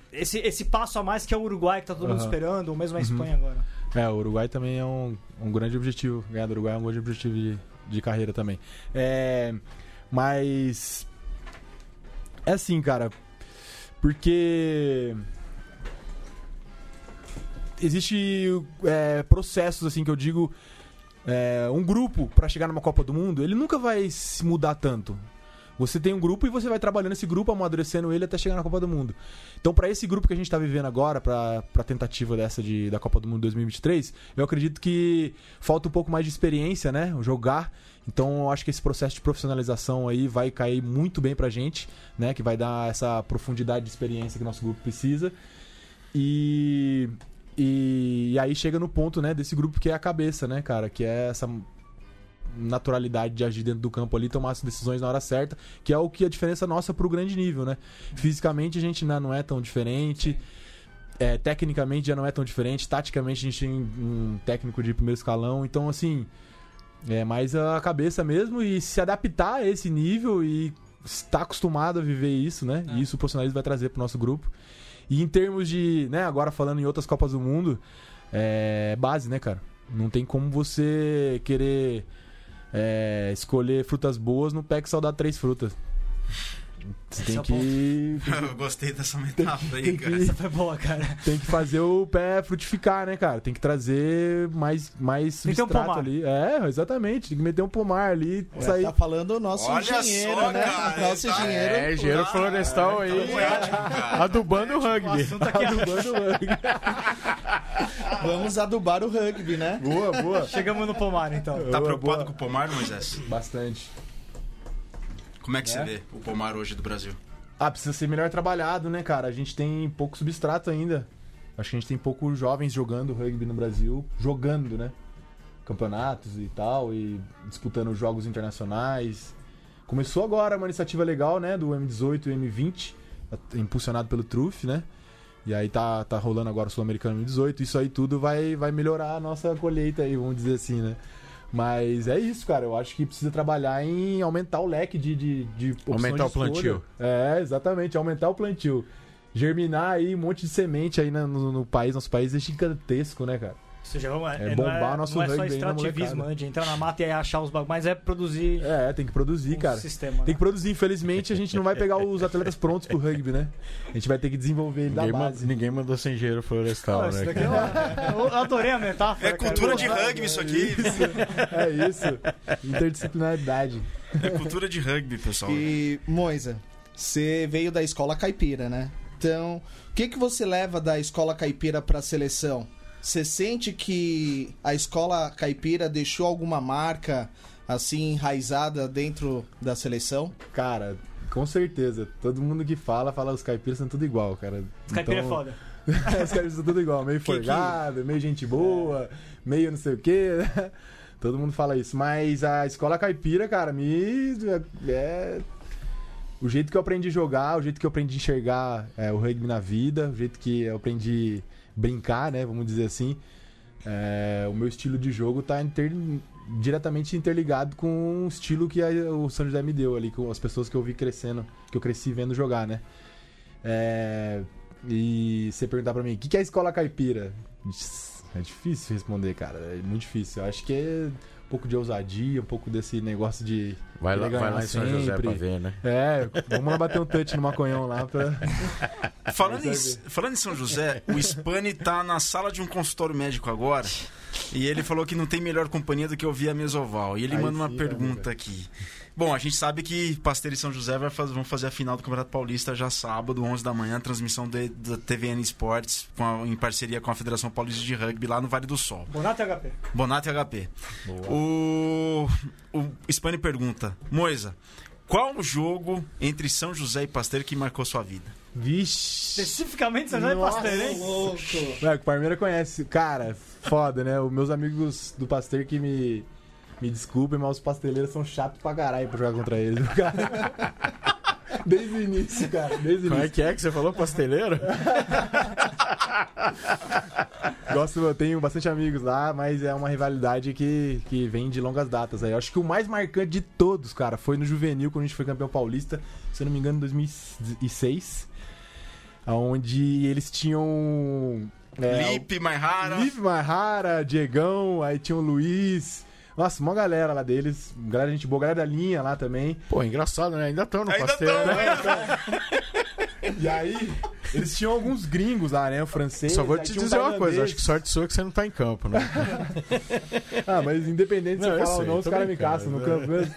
esse, esse passo a mais que é o Uruguai, que tá todo mundo Uhum. esperando, ou mesmo a Uhum. Espanha agora. É, o Uruguai também é um, um grande objetivo. Ganhar do Uruguai é um grande objetivo de, de carreira também. É, mas... É assim, cara. Porque... Existe é, processos, assim, que eu digo... É, um grupo, pra chegar numa Copa do Mundo, ele nunca vai se mudar tanto. Você tem um grupo e você vai trabalhando esse grupo, amadurecendo ele até chegar na Copa do Mundo. Então, para esse grupo que a gente tá vivendo agora, pra, pra tentativa dessa de, da Copa do Mundo dois mil e vinte e três, eu acredito que falta um pouco mais de experiência, né? Jogar. Então, eu acho que esse processo de profissionalização aí vai cair muito bem pra gente, né? Que vai dar essa profundidade de experiência que o nosso grupo precisa. E... E, e aí chega no ponto, né, desse grupo que é a cabeça, né, cara? Que é essa naturalidade de agir dentro do campo ali, tomar as decisões na hora certa, que é o que a diferença nossa pro grande nível, né? Fisicamente a gente não é tão diferente, é, tecnicamente já não é tão diferente, taticamente a gente tem um técnico de primeiro escalão, então assim, é mais a cabeça mesmo e se adaptar a esse nível e estar acostumado a viver isso, né? É. E isso o profissionalismo vai trazer pro nosso grupo. E em termos de, né, agora falando em outras Copas do Mundo, é base, né, cara? Não tem como você querer é, escolher frutas boas no pack só dá três frutas. Você tem que... Eu gostei dessa metáfora aí, Tem cara. que... Essa foi boa, cara. Tem que fazer o pé frutificar, né, cara? Tem que trazer mais, mais tem substrato um ali. É, exatamente. Tem que meter um pomar ali. É, Sair... tá falando o nosso Olha engenheiro, só, né? cara, Nosso tá- engenheiro. É, engenheiro Ah, florestal aí. tá poético, cara. Adubando o rugby. O assunto aqui é- Adubando o rugby. Vamos adubar o rugby, né? Boa, boa. Chegamos no pomar, então. Tá Boa, preocupado boa. com o pomar, Moisés? Bastante. Como é que É? você vê o pomar hoje do Brasil? Ah, precisa ser melhor trabalhado, né, cara? A gente tem pouco substrato ainda. Acho que a gente tem poucos jovens jogando rugby no Brasil. Jogando, né? Campeonatos e tal, e disputando jogos internacionais. Começou agora uma iniciativa legal, né? Do M dezoito e M vinte, impulsionado pelo Truf, né? E aí tá, tá rolando agora o Sul-Americano M dezoito. Isso aí tudo vai, vai melhorar a nossa colheita aí, vamos dizer assim, né? Mas é isso, cara. Eu acho que precisa trabalhar em aumentar o leque de, de, de opções Aumentar de o plantio. escolha. É, exatamente. Aumentar o plantio. Germinar aí um monte de semente aí no, no, no país. Nosso país é gigantesco, né, cara? Ou seja, vamos- É não bombar nosso não é só rugby aí na extrativismo, molecada. né, de entrar na mata e achar os bagulhos, mas é produzir É, tem que produzir, um cara. sistema. Tem né? que produzir. Infelizmente, a gente não vai pegar os atletas prontos pro rugby, né? A gente vai ter que desenvolver ele da Ninguém, base. ma- ninguém mandou ser engenheiro florestal, Não, isso né? daqui cara? é uma- eu adorei a metáfora. É cultura cara. de rugby isso aqui. É isso. Interdisciplinaridade. É cultura de rugby, pessoal. E, Moisa, você veio da escola caipira, né? Então, o que, que você leva da escola caipira pra seleção? Você sente que a escola caipira deixou alguma marca, assim, enraizada dentro da seleção? Cara, com certeza. Todo mundo que fala, fala os caipiras são tudo igual, cara. Os caipira Então, é foda. Os caipiras são tudo igual. Meio Que que- forgado, meio gente boa, meio não sei o quê. Todo mundo fala isso. Mas a escola caipira, cara, me... É... O jeito que eu aprendi a jogar, o jeito que eu aprendi a enxergar é, o rugby na vida, o jeito que eu aprendi a brincar, né, vamos dizer assim, é, o meu estilo de jogo tá inter- diretamente interligado com o estilo que a- o São José me deu ali, com as pessoas que eu vi crescendo, que eu cresci vendo jogar, né. É, e você perguntar pra mim, o que que é a escola caipira? É difícil responder, cara, é muito difícil. Eu acho que é um pouco de ousadia, um pouco desse negócio de Vai lá, querer vai ganhar lá em São José sempre. pra ver, né? É, vamos lá bater um touch no maconhão lá pra... Falando em, Mas vai ver. falando em São José, o Spani tá na sala de um consultório médico agora. E ele falou que não tem melhor companhia do que ouvir a Mesoval. E ele Aí manda uma sim, pergunta amiga. aqui. Bom, a gente sabe que Pasteiro e São José vai faz- vão fazer a final do Campeonato Paulista já sábado, onze da manhã, transmissão de- da T V N Esportes, com a- em parceria com a Federação Paulista de Rugby, lá no Vale do Sol. Bonato e H P. Bonato e H P. O, o Spani pergunta, Moisa, qual o jogo entre São José e Pasteiro que marcou sua vida? Vixe! Especificamente São José e Nossa. Pasteiro, hein? Louco! É, o Parmeira conhece. Cara, foda, né? Os meus amigos do Pasteur que me, me desculpem, mas os pasteleiros são chatos pra caralho pra jogar contra eles, viu, cara. Desde o início, cara. Desde o Como é início. que é que você falou, pasteleiro? Gosto, eu tenho bastante amigos lá, mas é uma rivalidade que, que vem de longas datas aí. Eu acho que o mais marcante de todos, cara, foi no Juvenil, quando a gente foi campeão paulista, se eu não me engano, em dois mil e seis. onde eles tinham... É, Lipe, Maihara. Lipe, Maihara, Diegão, aí tinha o Luiz... Nossa, uma galera lá deles, galera gente boa, galera da linha lá também. Pô, engraçado, né? Ainda estão no Ainda pastel, tão, né? E aí, eles tinham alguns gringos lá, né? O francês. Só vou aí te tinha um dizer uma coisa, tailandês. acho que sorte sua que você não tá em campo, né? Ah, mas independente de Não, você eu falar ou sei, não, os tô caras me brincando, caçam no né? campo mesmo.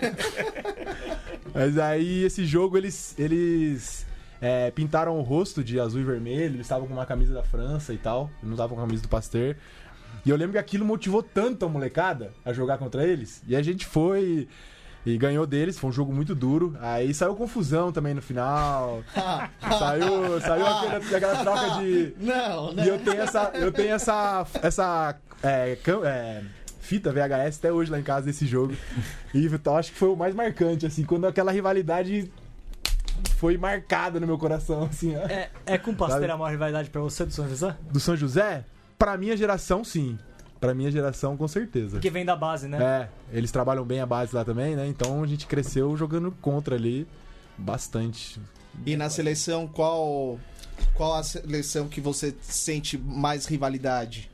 Mas aí, esse jogo, eles... eles é, pintaram o rosto de azul e vermelho, eles estavam com uma camisa da França e tal, não estavam com a camisa do Pasteur. E eu lembro que aquilo motivou tanto a molecada a jogar contra eles. E a gente foi e ganhou deles, foi um jogo muito duro. Aí saiu confusão também no final. saiu saiu aquele, aquela troca de... Não, não. E eu tenho essa, eu tenho essa, essa é, cam- é, fita V H S até hoje lá em casa desse jogo. E eu acho que foi o mais marcante, assim, quando aquela rivalidade foi marcada no meu coração, assim. Ó. É, é com o Pasteur Sabe? a maior rivalidade pra você do São José? Do São José, pra minha geração, sim. Pra minha geração, com certeza. Porque vem da base, né? É, eles trabalham bem a base lá também, né? Então a gente cresceu jogando contra ali bastante. E na seleção, qual, qual a seleção que você sente mais rivalidade?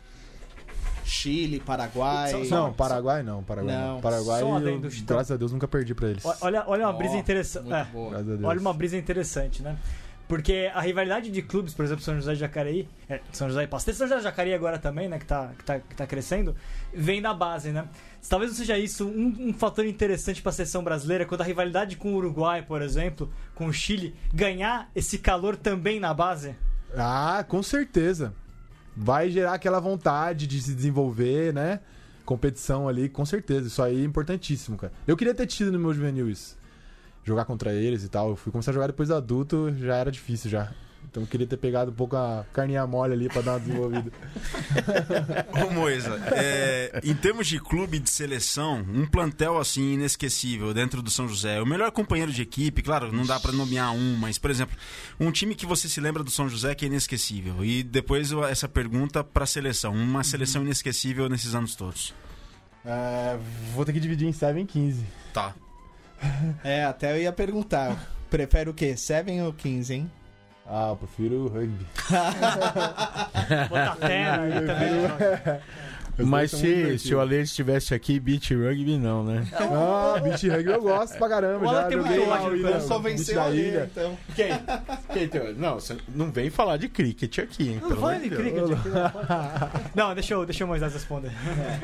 Chile, Paraguai? Só- só- Não, Paraguai não, Paraguai não. Não. Paraguai, Só um eu, adendo, Chitão. graças a Deus, nunca perdi pra eles. O- Olha, olha uma brisa Ó, interessante. muito É, boa. Graças a Deus. olha uma brisa interessante, né? Porque a rivalidade de clubes, por exemplo, São José de Jacareí, é, São José e Pasteur, São José de Jacareí agora também, né, que tá, que tá, que tá crescendo, vem da base, né? Talvez não seja isso um, um fator interessante para a seleção brasileira, quando a rivalidade com o Uruguai, por exemplo, com o Chile, ganhar esse calor também na base? Ah, com certeza. Vai gerar aquela vontade de se desenvolver, né? Competição ali, com certeza. Isso aí é importantíssimo, cara. Eu queria ter tido no meu juvenil isso. Jogar contra eles e tal. Eu fui começar a jogar depois do adulto, já era difícil já. Então eu queria ter pegado um pouco a carninha mole ali pra dar uma desenvolvida. Ô Moisa, é, em termos de clube de seleção, um plantel assim inesquecível dentro do São José, o melhor companheiro de equipe, claro, não dá pra nomear um, mas por exemplo, um time que você se lembra do São José que é inesquecível. E depois essa pergunta pra seleção, uma seleção inesquecível nesses anos todos. É, vou ter que dividir em sete e quinze. Tá. É, até eu ia perguntar. Prefere o quê? sete ou quinze, hein? Ah, eu prefiro o rugby. Botar terra aí também. Os Mas dois são se, muito se o divertidos. Ale estivesse aqui, beat rugby não, né? Ah, beach rugby eu gosto pra caramba. O Ale Já tem joguei muito lá ódio o no ilha- coração. Só beach venceu da a ilha. ilha, então. Quem? Quem tem- Não, você não vem falar de cricket aqui, hein? Não pelo vai amor de de Deus. cricket aqui, não pode. Não, deixa eu, deixa eu Moisés responder.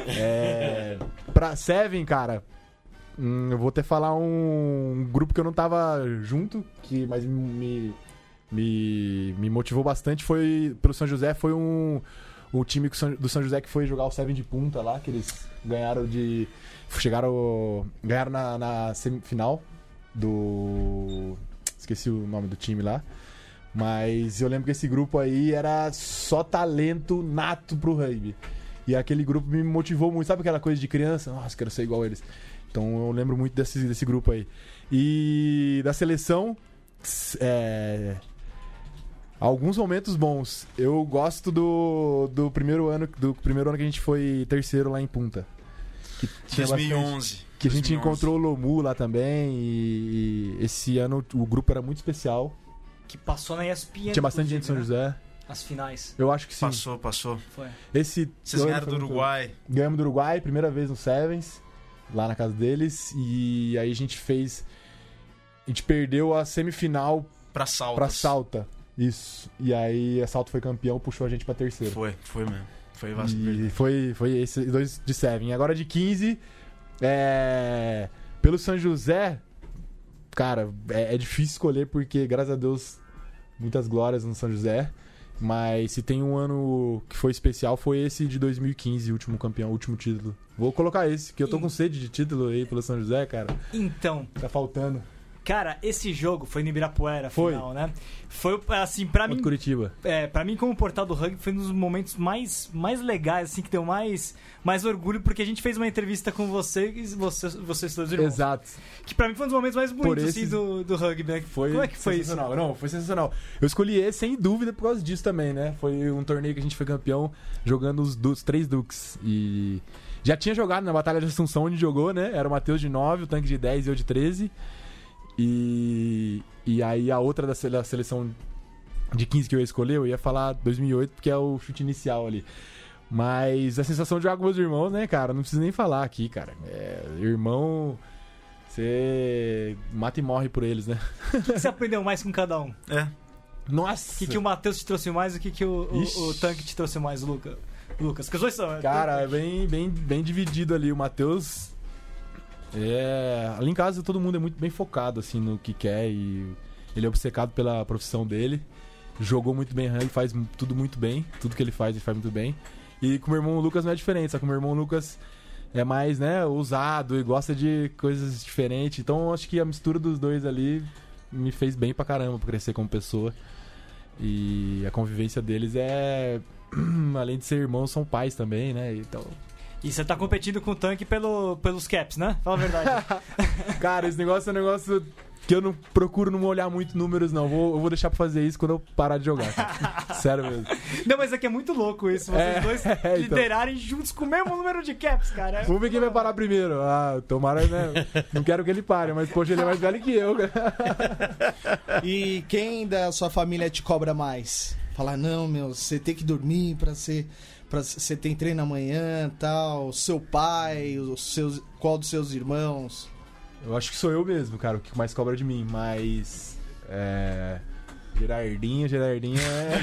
É, pra Seven, cara, hum, eu vou até falar um grupo que eu não tava junto, que, mas me, me, me motivou bastante. Foi pelo São José, foi um. O time que São- do São José que foi jogar o Seven de Punta lá, que eles ganharam de. Chegaram. Ganharam na, na semifinal do. Esqueci o nome do time lá. Mas eu lembro que esse grupo aí era só talento nato pro rugby. E aquele grupo me motivou muito. Sabe aquela coisa de criança? Nossa, quero ser igual a eles. Então eu lembro muito desse, desse grupo aí. E da seleção, é, alguns momentos bons. Eu gosto do, do primeiro ano do primeiro ano que a gente foi terceiro lá em Punta. Que tinha dois mil e bastante- onze. que a gente dois mil e onze. encontrou o Lomu lá também. E, e esse ano o grupo era muito especial. Que passou na E S P N. Tinha bastante gente de São inclusive, né? José. As finais. Eu acho que sim. Passou, passou. Foi. Esse Vocês ano ganharam foi do muito- Uruguai. Ganhamos do Uruguai, primeira vez no Sevens, lá na casa deles. E aí a gente fez. A gente perdeu a semifinal Pra Saltas. pra Salta. Isso. E aí a Salta foi campeão, puxou a gente pra terceiro. Foi, foi mesmo. Foi Vasco E Verde. foi, foi esses dois de Seven. Agora de quinze, é... pelo São José, cara, é, é difícil escolher porque, graças a Deus, muitas glórias no São José. Mas se tem um ano que foi especial, foi esse de dois mil e quinze, último campeão, último título. Vou colocar esse, que eu tô com sede de título aí pelo São José, cara. Então, Tá faltando. cara, esse jogo foi no Ibirapuera, Foi. final, né? Foi, assim, pra Contra mim, Curitiba. é, pra mim, como portal do rugby, foi um dos momentos mais, mais legais, assim, que deu mais, mais orgulho, porque a gente fez uma entrevista com você e você, vocês todos irmãos. Exato. Que pra mim foi um dos momentos mais bonitos, Por assim, esses- do, do rugby, né? Foi Como é que foi isso? sensacional. Não, foi sensacional. Eu escolhi esse sem dúvida por causa disso também, né? Foi um torneio que a gente foi campeão jogando os, du- os três Dukes. E já tinha jogado na Batalha de Assunção, onde jogou, né? Era o Matheus de nove, o Tanque de dez e eu de treze. E, e aí a outra da sele- da seleção de quinze que eu ia escolher, eu ia falar dois mil e oito, porque é o chute inicial ali. Mas a sensação de jogar com meus irmãos, né, cara? Não preciso nem falar aqui, cara. É, irmão, você mata e morre por eles, né? O que você aprendeu mais com cada um? É. Nossa! O que, que o Matheus te trouxe mais e o que, que o, o, o Tanque te trouxe mais, Luca? Lucas? Porque os dois são. Cara, é bem, bem, bem dividido ali. O Matheus. É... Ali em casa todo mundo é muito bem focado assim, no que quer e ele é obcecado pela profissão dele. Jogou muito bem rugby, faz tudo muito bem. Tudo que ele faz, ele faz muito bem. E com o meu irmão Lucas não é diferente, só que o meu irmão Lucas é mais, né, ousado e gosta de coisas diferentes. Então acho que a mistura dos dois ali me fez bem pra caramba pra crescer como pessoa. E a convivência deles é... Além de ser irmãos, são pais também, né? Então... E você tá competindo com o Tanque pelo, pelos caps, né? Fala a verdade. Cara, esse negócio é um negócio que eu não procuro não olhar muito números, não. Vou, eu vou deixar pra fazer isso quando eu parar de jogar, cara. Sério mesmo. Não, mas é que é muito louco isso. Vocês É, dois é, então. liderarem juntos com o mesmo número de caps, cara. Vamos ver quem vai parar primeiro. Ah, tomara, né? Não quero que ele pare, mas poxa, ele é mais velho que eu, cara. E quem da sua família te cobra mais? Falar, não, meu, você tem que dormir pra ser... Pra, você tem treino amanhã, tal, seu pai, os seus, qual dos seus irmãos? Eu acho que sou eu mesmo, cara, o que mais cobra de mim, mas... É... Gerardinho, Gerardinho é...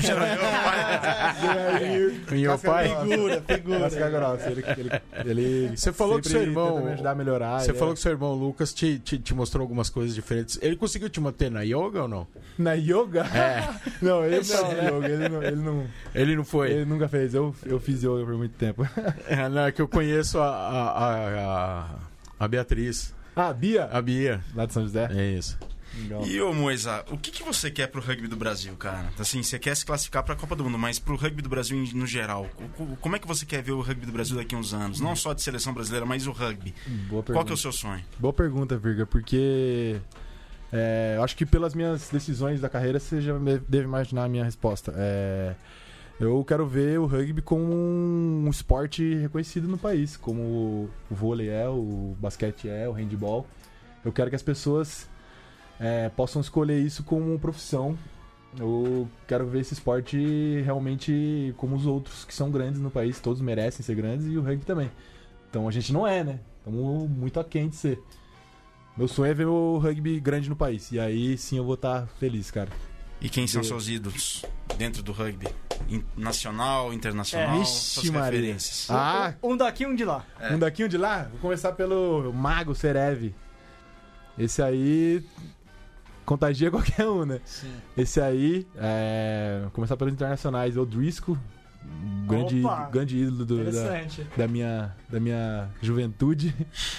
Gerardinho... Meu pai? Figura, figura. Casca grossa, ele, ele, ele Você falou que seu sempre irmão... tenta me ajudar a melhorar. Você ele falou é- que seu irmão Lucas te, te, te mostrou algumas coisas diferentes. Ele conseguiu te manter na yoga ou não? Na yoga? É. Não, ele não, na yoga, ele não, ele não, Ele não foi? ele nunca fez. Eu, eu fiz yoga por muito tempo. É, não, é que eu conheço a, a, a, a, a Beatriz, Ah, Bia? a Bia. Lá de São José? É isso. Legal. E ô Moisa, o que, que você quer pro rugby do Brasil, cara? Assim, você quer se classificar pra Copa do Mundo, mas pro rugby do Brasil em- no geral, co- como é que você quer ver o rugby do Brasil daqui a uns anos? Não só de seleção brasileira, mas o rugby. Boa pergunta. Qual que é o seu sonho? Boa pergunta, Virga, porque é, eu acho que pelas minhas decisões da carreira você já me- deve imaginar a minha resposta. É, eu quero ver o rugby como um esporte reconhecido no país, como o vôlei é, o basquete é, o handball. Eu quero que as pessoas é, possam escolher isso como profissão. Eu quero ver esse esporte realmente como os outros que são grandes no país, todos merecem ser grandes e o rugby também. Então a gente não é, né? Estamos muito aquém de ser. Meu sonho é ver o rugby grande no país. E aí sim eu vou estar feliz, cara. E quem são Eu- seus ídolos dentro do rugby? In- nacional, internacional, É. Ixi, suas Maria. referências. Ah, Um daqui, um de lá. É. um daqui, um de lá? Vou começar pelo Mago Serev. Esse aí contagia qualquer um, né? Sim. Esse aí, é... vou começar pelos internacionais. O Driscoll, grande, Opa! grande ídolo do- da, Interessante. da, minha, da minha juventude.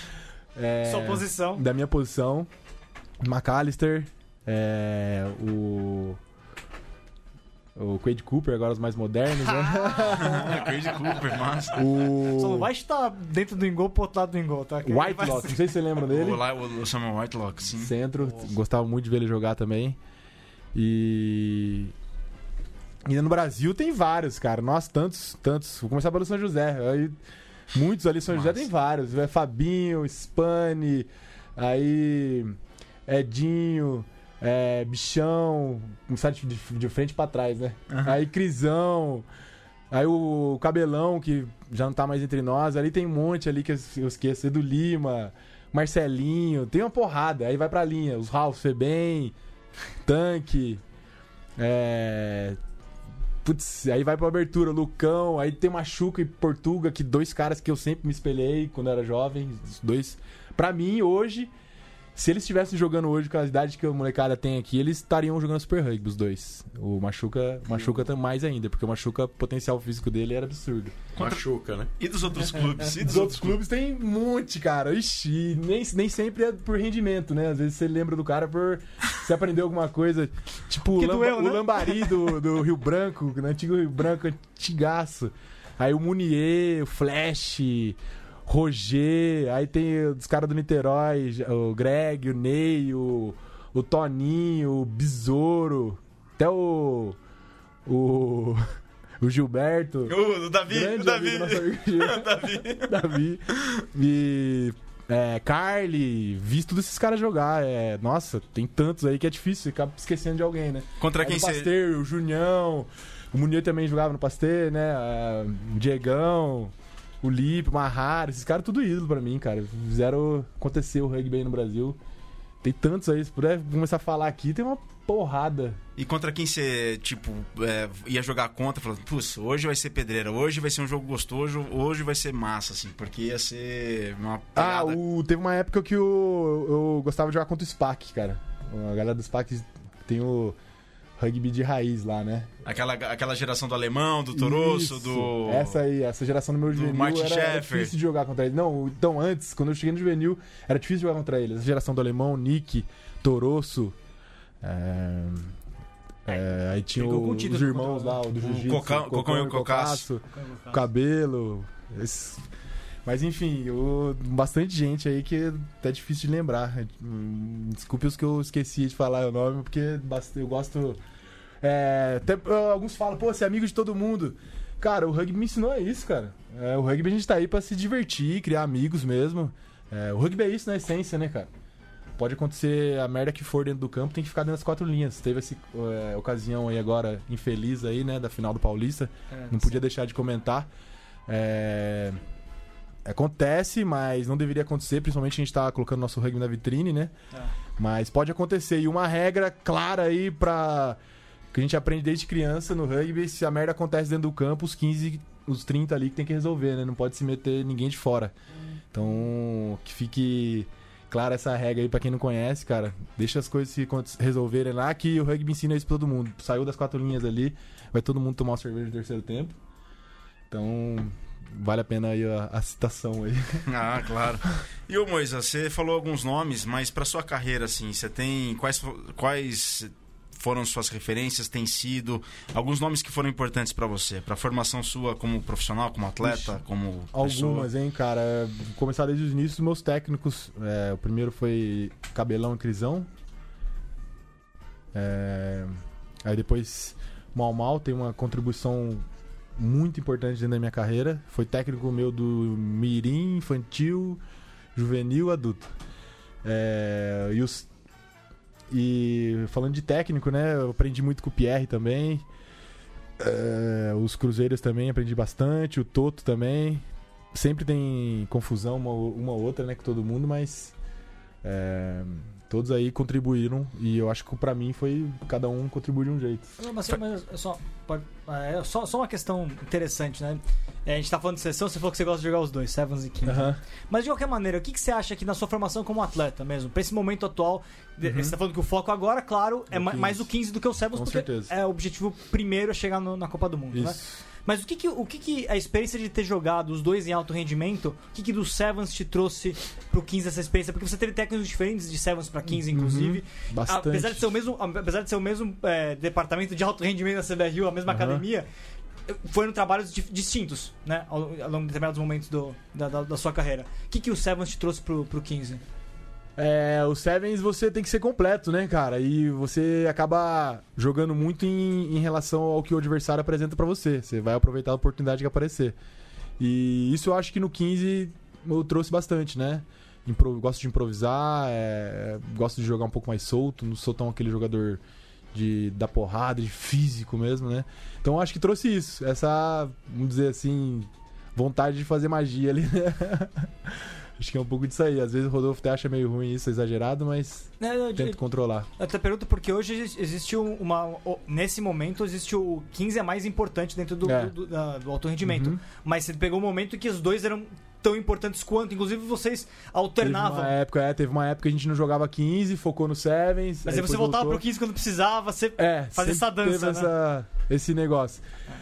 É, Sua posição. Da minha posição. McAllister, é, o... O Quade Cooper, agora os mais modernos, né? Crazy Cooper, massa. o Só não vai estar dentro do engol pro outro lado do engol, tá? Que aí vai Whitelock, ser- não sei se você lembra dele. O, lá- o Samuel Whitelock, sim. Centro, gostava muito de ver ele jogar também. E. E no Brasil tem vários, cara. Nossa, tantos, tantos. Vou começar pelo São José. Aí, muitos ali, São José Massa. tem vários. É Fabinho, Spani, aí. Edinho, é, Bichão. Começar de, de, de frente pra trás, né? Aí Crisão. Aí o Cabelão, que já não tá mais entre nós. Ali tem um monte ali que eu eu esqueço. Edu Lima, Marcelinho. Tem uma porrada. Aí vai pra linha. Os Ralph Febem, Tanque. É... Putz, aí vai pra abertura. Lucão. Aí tem Machuca e Portuga, que dois caras que eu sempre me espelhei quando eu era jovem. Os dois. Pra mim, hoje... Se eles estivessem jogando hoje com a idade que a molecada tem aqui, eles estariam jogando Super Rugby, os dois. O Machuca, Machuca tá mais ainda, porque o Machuca, o potencial físico dele era absurdo. Machuca, né? E dos outros clubes? E Dos outros clubes tem um monte, cara. Ixi, nem, nem sempre é por rendimento, né? Às vezes você lembra do cara por você aprender alguma coisa. Tipo o, Que lamba, doeu, né? o Lambari do, do Rio Branco, no antigo Rio Branco, antigaço. Aí o Munier, o Flash, Roger, aí tem os caras do Niterói, o Greg, o Ney, o, o Toninho, o Besouro, até o. O. O Gilberto. O, o Davi, Grande o Davi. amigo nosso amigo Gil. Davi. Davi. E. é, Carly, visto todos esses caras jogar. É, nossa, tem tantos aí que é difícil, você acaba esquecendo de alguém, né? Contra Aí quem o você... Pasteur, o Junião, o Munier também jogava no Pasteur, né? É, o Diegão, o Lipe, o Mahara, esses caras tudo ídolo pra mim, cara. Fizeram acontecer o rugby aí no Brasil. Tem tantos aí, se puder começar a falar aqui, tem uma porrada. E contra quem você, tipo, é, ia jogar contra, falando, putz, hoje vai ser pedreira, hoje vai ser um jogo gostoso, hoje vai ser massa, assim, porque ia ser uma Ah, pegada... o, teve uma época que eu, eu gostava de jogar contra o SPAC, cara. A galera do SPAC tem o rugby de raiz lá, né? Aquela, aquela geração do alemão, do Torosso, Isso. do... Essa aí, essa geração do meu do juvenil Martin era, era Scheffer. difícil de jogar contra eles. Não, então antes, quando eu cheguei no juvenil, era difícil de jogar contra eles. Essa geração do alemão, Nick, Torosso... É... É, aí tinha Pegou o, com título os irmãos contra- lá, o do o Jiu-Jitsu, Cocão- o Cocão e o Cocaço. o Cabelo. esse- Mas enfim, o- bastante gente aí que é difícil de lembrar. Hum, Desculpe os que eu esqueci de falar o nome, porque bast- eu gosto. É, até, uh, alguns falam, pô, você é amigo de todo mundo. Cara, o rugby me ensinou a isso, cara. É, o rugby a gente tá aí pra se divertir, criar amigos mesmo. É, o rugby é isso na essência, né, cara? Pode acontecer a merda que for dentro do campo, tem que ficar dentro das quatro linhas. Teve essa é, ocasião aí agora infeliz aí, né, da final do Paulista. É, Não podia deixar de comentar. É... Acontece, mas não deveria acontecer, principalmente a gente tá colocando nosso rugby na vitrine, né? É. Mas pode acontecer. E uma regra clara aí pra... que a gente aprende desde criança no rugby, se a merda acontece dentro do campo, os quinze, os trinta ali que tem que resolver, né? Não pode se meter ninguém de fora. Então, que fique... Claro, essa regra aí pra quem não conhece, cara, deixa as coisas se resolverem lá, que o rugby ensina isso pra todo mundo. Saiu das quatro linhas ali, vai todo mundo tomar uma cerveja no terceiro tempo. Então, vale a pena aí a, a citação aí. Ah, claro. E ô Moisa, você falou alguns nomes, mas pra sua carreira, assim, você tem... Quais, quais foram suas referências? Tem sido alguns nomes que foram importantes pra você? Pra formação sua como profissional, como atleta, Ixi, como pessoa? Algumas, hein, cara. Vou começar desde os inícios, meus técnicos. É, o primeiro foi Cabelão e Crisão. É, aí depois Mal Mal tem uma contribuição muito importante dentro da minha carreira. Foi técnico meu do mirim, infantil, juvenil, adulto. É, e, os, e falando de técnico, né, eu aprendi muito com o Pierre também. É, os cruzeiros também aprendi bastante, o Toto também. Sempre tem confusão uma uma ou outra, né, com todo mundo, mas é, todos aí contribuíram e eu acho que pra mim foi cada um contribuiu de um jeito. Não, mas, mas é só, pode- é só, só uma questão interessante, né? É, a gente tá falando de seleção, você falou que você gosta de jogar os dois, Sevens e Kings. Aham. Mas de qualquer maneira, o que, que você acha que na sua formação como atleta mesmo, pra esse momento atual, de- você tá falando que o foco agora, claro, é No ma- quinze. mais o quinze do que o Sevens, Com porque certeza. é o objetivo primeiro é chegar no- na Copa do Mundo, né? Isso. Mas o que que, o que que a experiência de ter jogado os dois em alto rendimento, o que que do Sevens te trouxe pro quinze essa experiência? Porque você teve técnicos diferentes de Sevens pra quinze, inclusive. Uhum. Bastante. Apesar de ser o mesmo, apesar de ser o mesmo é, departamento de alto rendimento da C B R U, a mesma Aham. academia, foram trabalhos di- distintos, né? Ao, ao longo de determinados momentos do, da, da, da sua carreira. O que que o Sevens te trouxe pro, pro quinze? É, o Sevens você tem que ser completo, né, cara? E você acaba jogando muito em, em relação ao que o adversário apresenta pra você. Você vai aproveitar a oportunidade que aparecer. E isso eu acho que no quinze eu trouxe bastante, né? Impro- gosto de improvisar, é, gosto de jogar um pouco mais solto, não sou tão aquele jogador de dar porrada, de físico mesmo, né? Então eu acho que trouxe isso, essa, vamos dizer assim, vontade de fazer magia ali, né? Acho que é um pouco disso aí. Às vezes o Rodolfo até acha meio ruim isso, exagerado, mas É, eu, tento controlar. eu até pergunto porque hoje existe- existe um- uma. o- Nesse momento, existe o quinze é mais importante dentro do, É. do, da- do alto rendimento. Uhum. Mas você pegou um momento em que os dois eram tão importantes quanto. Inclusive, vocês alternavam. Teve uma época, é, teve uma época que a gente não jogava quinze, focou no Sevens. Mas aí você voltava pro quinze quando precisava, você É, fazer essa sempre dança, teve né? essa- esse negócio.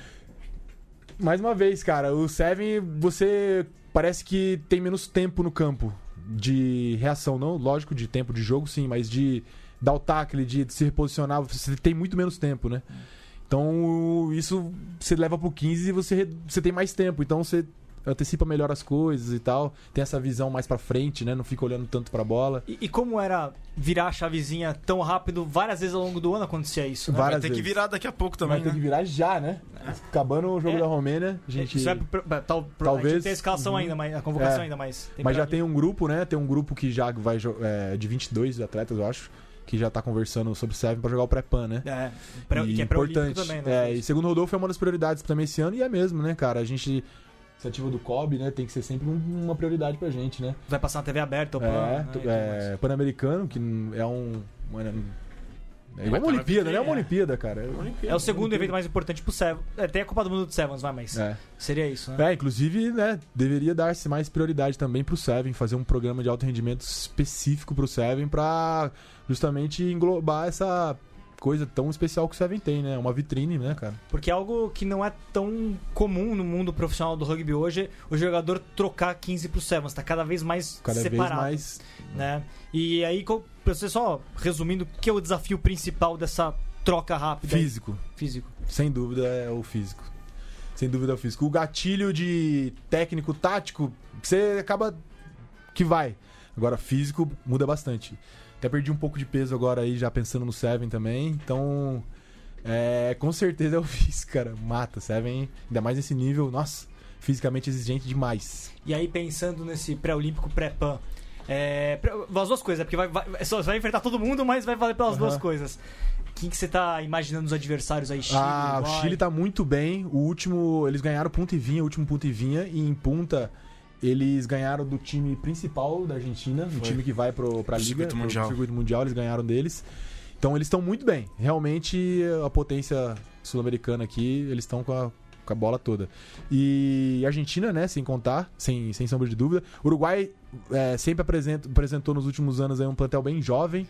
Mais uma vez, cara, o Seven, você parece que tem menos tempo no campo de reação, não, lógico, de tempo de jogo, sim, mas de dar o tackle, de se reposicionar, você tem muito menos tempo, né? Então, isso você leva pro quinze e você, você tem mais tempo. Então, você antecipa melhor as coisas e tal. Tem essa visão mais pra frente, né? Não fica olhando tanto pra bola. E, e como era virar a chavezinha tão rápido, várias vezes ao longo do ano acontecia isso, né? Várias Vai ter vezes. que virar daqui a pouco também, Vai ter né? que virar já, né? Acabando o jogo É. da Romênia, a gente... Isso é, tal, Talvez- a gente tem a escalação Uhum. ainda, mas, a convocação É. ainda, mas... Tem Mas já pra- tem um grupo, né? Tem um grupo que já vai jo- é, de vinte e dois atletas, eu acho, que já tá conversando sobre o Seven pra jogar o pré-pan, né? É, pré, E que é pré-olímpico também, né? É, e segundo o Rodolfo é uma das prioridades também esse ano, e é mesmo, né, cara? A gente, iniciativa do C O B, né, tem que ser sempre um- uma prioridade pra gente, né? Vai passar na T V aberta, o PAN, É, né, e tu- tudo é, mais. Pan-americano, que é um... uma- É igual Vai uma tá na Olimpíada, né? É uma vitrine, é. Olimpíada, cara. É, uma Olimpíada, É o segundo Olimpíada. evento mais importante pro Sevens. É, tem a Copa do Mundo do Sevens, vai, mas É. seria isso, né? É, inclusive, né, deveria dar-se mais prioridade também pro Seven, fazer um programa de alto rendimento específico pro Seven pra justamente englobar essa coisa tão especial que o Seven tem, né? Uma vitrine, né, cara? Porque é algo que não é tão comum no mundo profissional do rugby hoje, o jogador trocar quinze pro Sevens, tá cada vez mais Cada separado, vez mais... né? E aí, co- pra você só resumindo, o que é o desafio principal dessa troca rápida? aí? Físico. Físico. Sem dúvida é o físico. Sem dúvida é o físico. O gatilho de técnico, tático, você acaba que vai. Agora, físico muda bastante. Até perdi um pouco de peso agora aí, já pensando no Seven também. Então, é, com certeza é o físico, cara. Mata. Seven, ainda mais nesse nível, nossa, fisicamente exigente demais. E aí, pensando nesse pré-olímpico, pré-pan, é, pré- as duas coisas, é porque vai, vai, só vai enfrentar todo mundo, mas vai valer pelas Aham. duas coisas. Quem que você tá imaginando os adversários aí? Chile, Ah, o Uruguai? Chile tá muito bem. O último, eles ganharam punta e vinha, o último punta e vinha. E em punta, eles ganharam do time principal da Argentina, o time que vai pro, pra Pro Liga, circuito pro mundial. circuito mundial, eles ganharam deles. Então eles estão muito bem. Realmente, a potência sul-americana aqui, eles estão com a, com a bola toda. E a Argentina, né, sem contar, sem, sem sombra de dúvida. O Uruguai é, sempre apresenta, apresentou nos últimos anos aí um plantel bem jovem.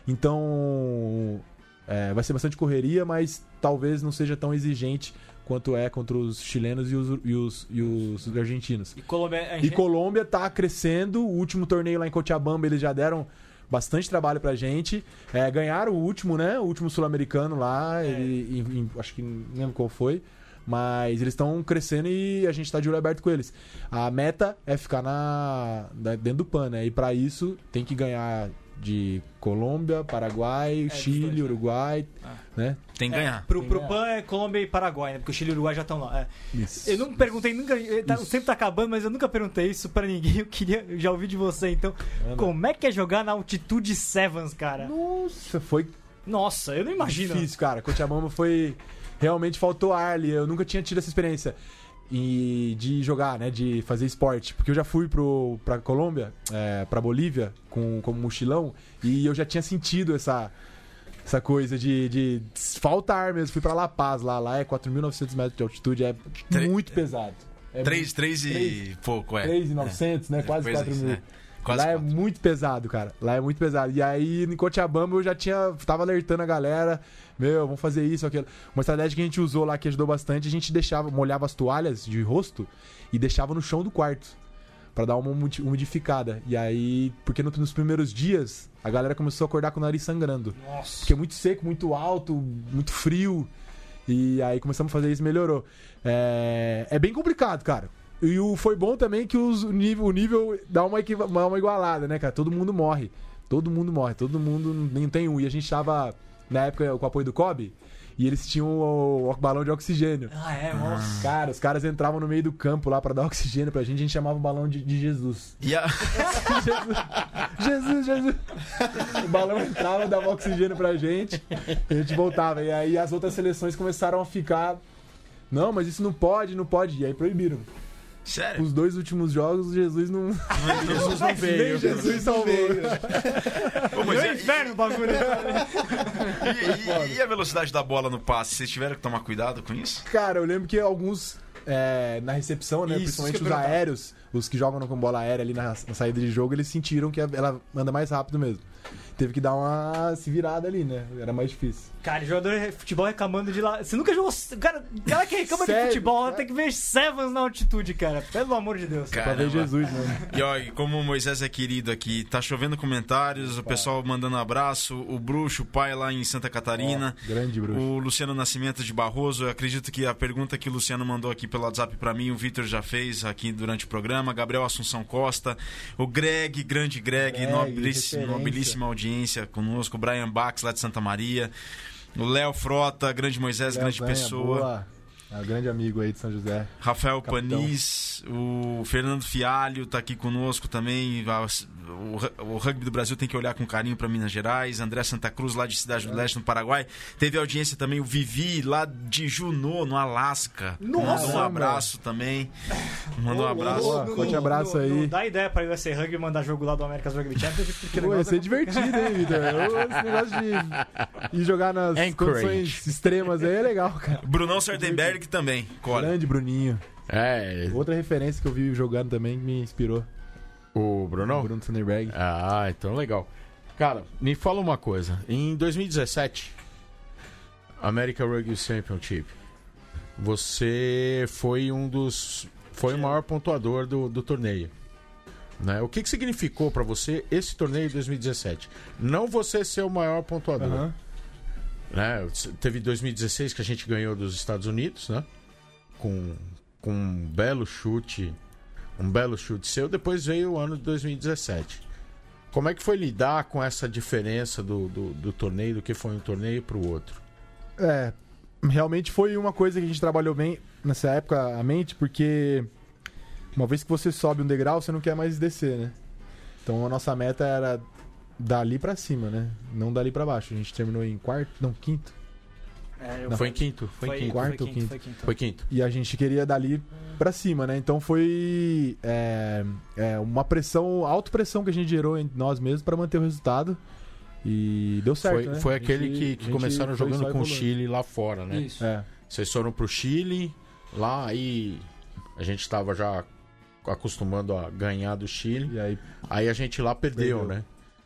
Então, é, vai ser bastante correria, mas talvez não seja tão exigente quanto é contra os chilenos e os, e os, e os argentinos. E Colômbia, a E gente- Colômbia tá crescendo. O último torneio lá em Cochabamba, eles já deram bastante trabalho pra gente. É, ganharam o último, né? O último sul-americano lá. É. Ele- em- em- acho que não lembro qual foi. Mas eles estão crescendo e a gente tá de olho aberto com eles. A meta é ficar na, na- dentro do PAN, né? E pra isso tem que ganhar de Colômbia, Paraguai, dos Chile, dois, né? Uruguai, Ah. né? Tem que é, ganhar. pro, Tem pro que PAN é Colômbia e Paraguai, né? Porque o Chile e o Uruguai já estão lá. É. Isso. Eu não perguntei nunca. tá- O tempo tá acabando, mas eu nunca perguntei isso pra ninguém. Eu queria. Eu já ouvi de você, então. Manda. Como é que é jogar na altitude Sevens, cara? Nossa, foi Nossa, eu não imagino. difícil, cara. Cochabamba foi... Realmente faltou ar ali. Eu nunca tinha tido essa experiência e de jogar, né? De fazer esporte. Porque eu já fui pro, pra Colômbia, é, pra Bolívia, com, como mochilão. E eu já tinha sentido essa, essa coisa de, de falta ar mesmo. Fui pra La Paz lá. Lá é quatro mil e novecentos metros de altitude. É Tre- muito pesado. É Três, três e três- pouco, é. três mil e novecentos, né? É, Quase pois é, quatro mil. é. Quase Lá é quatro. muito pesado, cara. Lá é muito pesado. E aí, em Cochabamba, eu já tinha... Tava alertando a galera. Meu, vamos fazer isso, aquilo. Uma estratégia que a gente usou lá, que ajudou bastante, a gente deixava... Molhava as toalhas de rosto e deixava no chão do quarto. Pra dar uma umidi- umidificada. E aí... Porque no- nos primeiros dias, a galera começou a acordar com o nariz sangrando. Nossa. Porque é muito seco, muito alto, muito frio. E aí começamos a fazer isso e melhorou. É, é bem complicado, cara. E o foi bom também que os, o, nível, o nível dá uma, equiva- uma uma igualada, né, cara? Todo mundo morre. Todo mundo morre. Todo mundo nem tem um. E a gente tava, na época, com o apoio do C O B, e eles tinham o, o balão de oxigênio. Ah, é, nossa. Cara, os caras entravam no meio do campo lá pra dar oxigênio pra gente. A gente chamava o balão de, de Jesus. E a... Jesus, Jesus. O balão entrava, dava oxigênio pra gente, e a gente voltava. E aí as outras seleções começaram a ficar. Não, mas isso não pode, não pode. E aí proibiram. Sério? Os dois últimos jogos, Jesus não. Jesus não veio. Nem Jesus salvou. Ô, mas Meu é- inferno o bagulho. e, e- e a velocidade da bola no passe? Vocês tiveram que tomar cuidado com isso? Cara, eu lembro que alguns. é, na recepção, né? Isso, Principalmente isso os que eu ia perguntar. aéreos, os que jogam com bola aérea ali na, na saída de jogo, eles sentiram que ela anda mais rápido mesmo. Teve que dar uma se virada ali, né? Era mais difícil. Cara, jogador de futebol reclamando de lá. Você nunca jogou. Cara, cara que reclama de Sério? futebol tem que ver Sevens na altitude, cara. Pelo amor de Deus. Pra ver Caramba. Jesus, mano. E ó, e como o Moisés é querido aqui, tá chovendo comentários, o pessoal mandando abraço, o Bruxo, o pai lá em Santa Catarina, Ó, grande bruxo. o Luciano Nascimento de Barroso. Eu acredito que a pergunta que o Luciano mandou aqui pelo WhatsApp pra mim, o Vitor já fez aqui durante o programa, Gabriel Assunção Costa, o Greg, grande Greg, Greg, nobilíssima, referência. nobilíssima audiência conosco, o Brian Bax lá de Santa Maria, o Léo Frota, grande Moisés, Léo grande Zanha, pessoa. Boa. É um grande amigo aí de São José. Rafael Capitão. Panis, o Fernando Fialho tá aqui conosco também. O, o rugby do Brasil tem que olhar com carinho para Minas Gerais. André Santa Cruz, lá de Cidade do Leste, no Paraguai. Teve audiência também o Vivi, lá de Juneau, no Alasca. Nossa, Mandou um abraço também. Mandou um abraço. Boa, forte abraço no, aí. no, dá ideia pra U S A Rugby mandar jogo lá do America's Rugby Championship. Porque Pô, ia ser divertido, hein, Vitor? Esse negócio de ir jogar nas Anchorage. condições extremas aí é legal, cara. Brunão Sardenberg também. Cola. Grande Bruninho. É, Outra referência que eu vi jogando também que me inspirou. o Brunão? O Bruno Sanderberg. Ah, então legal. Cara, me fala uma coisa. Em dois mil e dezessete, American Rugby Championship, você foi um dos... Foi o maior pontuador do, do torneio. Né? O que, que significou pra você esse torneio de dois mil e dezessete? Não você ser o maior pontuador. Aham. Né? Teve dois mil e dezesseis que a gente ganhou dos Estados Unidos, né? Com, com um belo chute, um belo chute seu. Depois veio o ano de dois mil e dezessete. Como é que foi lidar com essa diferença do, do, do torneio, do que foi um torneio para o outro? É, realmente foi uma coisa que a gente trabalhou bem nessa época, a mente, porque uma vez que você sobe um degrau, você não quer mais descer, né? Então a nossa meta era dali pra cima, né? Não dali pra baixo. A gente terminou em quarto, não, quinto. É, eu Não, Foi em quinto? Foi, Foi, em quinto. Quarto foi ou quinto, quinto? foi quinto. Foi quinto. E a gente queria dali pra cima, né? Então foi é, é, uma pressão, autopressão que a gente gerou em nós mesmos pra manter o resultado. E deu certo, Foi, né? foi A aquele gente- que, a que gente começaram foi jogando só com o evoluindo. Chile lá fora, né? Isso. É. Vocês foram pro Chile, lá aí a gente tava já acostumando a ganhar do Chile. E aí, Aí a gente lá perdeu, Perdeu. né?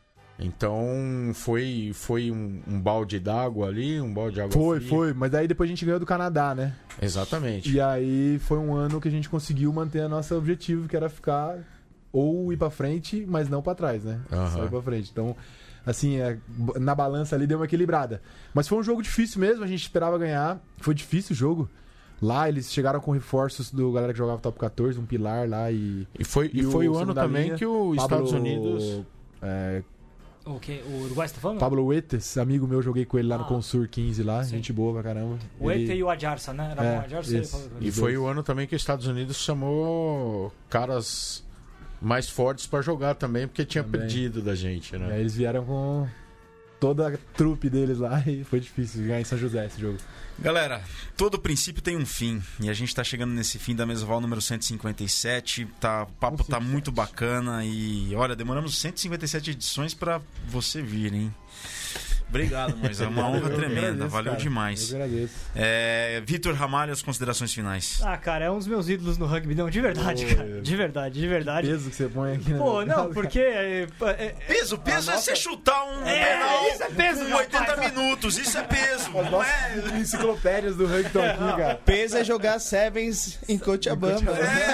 Então foi, foi um, um balde d'água ali, um balde de água foi, fria. foi. Mas daí depois a gente ganhou do Canadá, né? Exatamente. E aí foi um ano que a gente conseguiu manter a nosso objetivo, que era ficar ou ir pra frente, mas não pra trás, né? Aham. Só ir pra frente. Então, assim, é, na balança ali deu uma equilibrada. Mas foi um jogo difícil mesmo, a gente esperava ganhar. Foi difícil o jogo. Lá eles chegaram com reforços do galera que jogava top catorze, um pilar lá e. E foi, e E foi o o ano segunda também linha, que os Pablo- Estados Unidos... É, O que? O Uruguai você tá falando? Pablo Huetes, amigo meu, joguei com ele lá no Ah. Consur quinze lá, Sim. gente boa pra caramba. O Ele- Ete e o Adjarça, né? Era É, o Adjarça isso. e E Os foi dois. o ano também que os Estados Unidos chamou caras mais fortes pra jogar também, porque tinha Também. perdido da gente, E né? aí eles vieram com toda a trupe deles lá e foi difícil ganhar em São José esse jogo. Galera, todo princípio tem um fim. E a gente tá chegando nesse fim da Mesoval número cento e cinquenta e sete. Tá, o papo tá cento e cinquenta e sete. muito bacana. E olha, demoramos cento e cinquenta e sete edições pra você vir, hein? Obrigado, mas é uma honra Eu tremenda. agradeço, Valeu cara. demais. Eu agradeço. É, Vitor Ramalho, as considerações finais. Ah, cara, é um dos meus ídolos no rugby, não, de verdade, Pô, cara. De verdade, de verdade. Peso que você põe aqui na Pô, não, porque. É, é, Peso, peso é você chutar um É, penal isso é peso, com meu oitenta pai. minutos. Isso é peso. As Não nossas é... enciclopédias do rugby estão aqui, cara. Peso é jogar sevens em Cochabamba.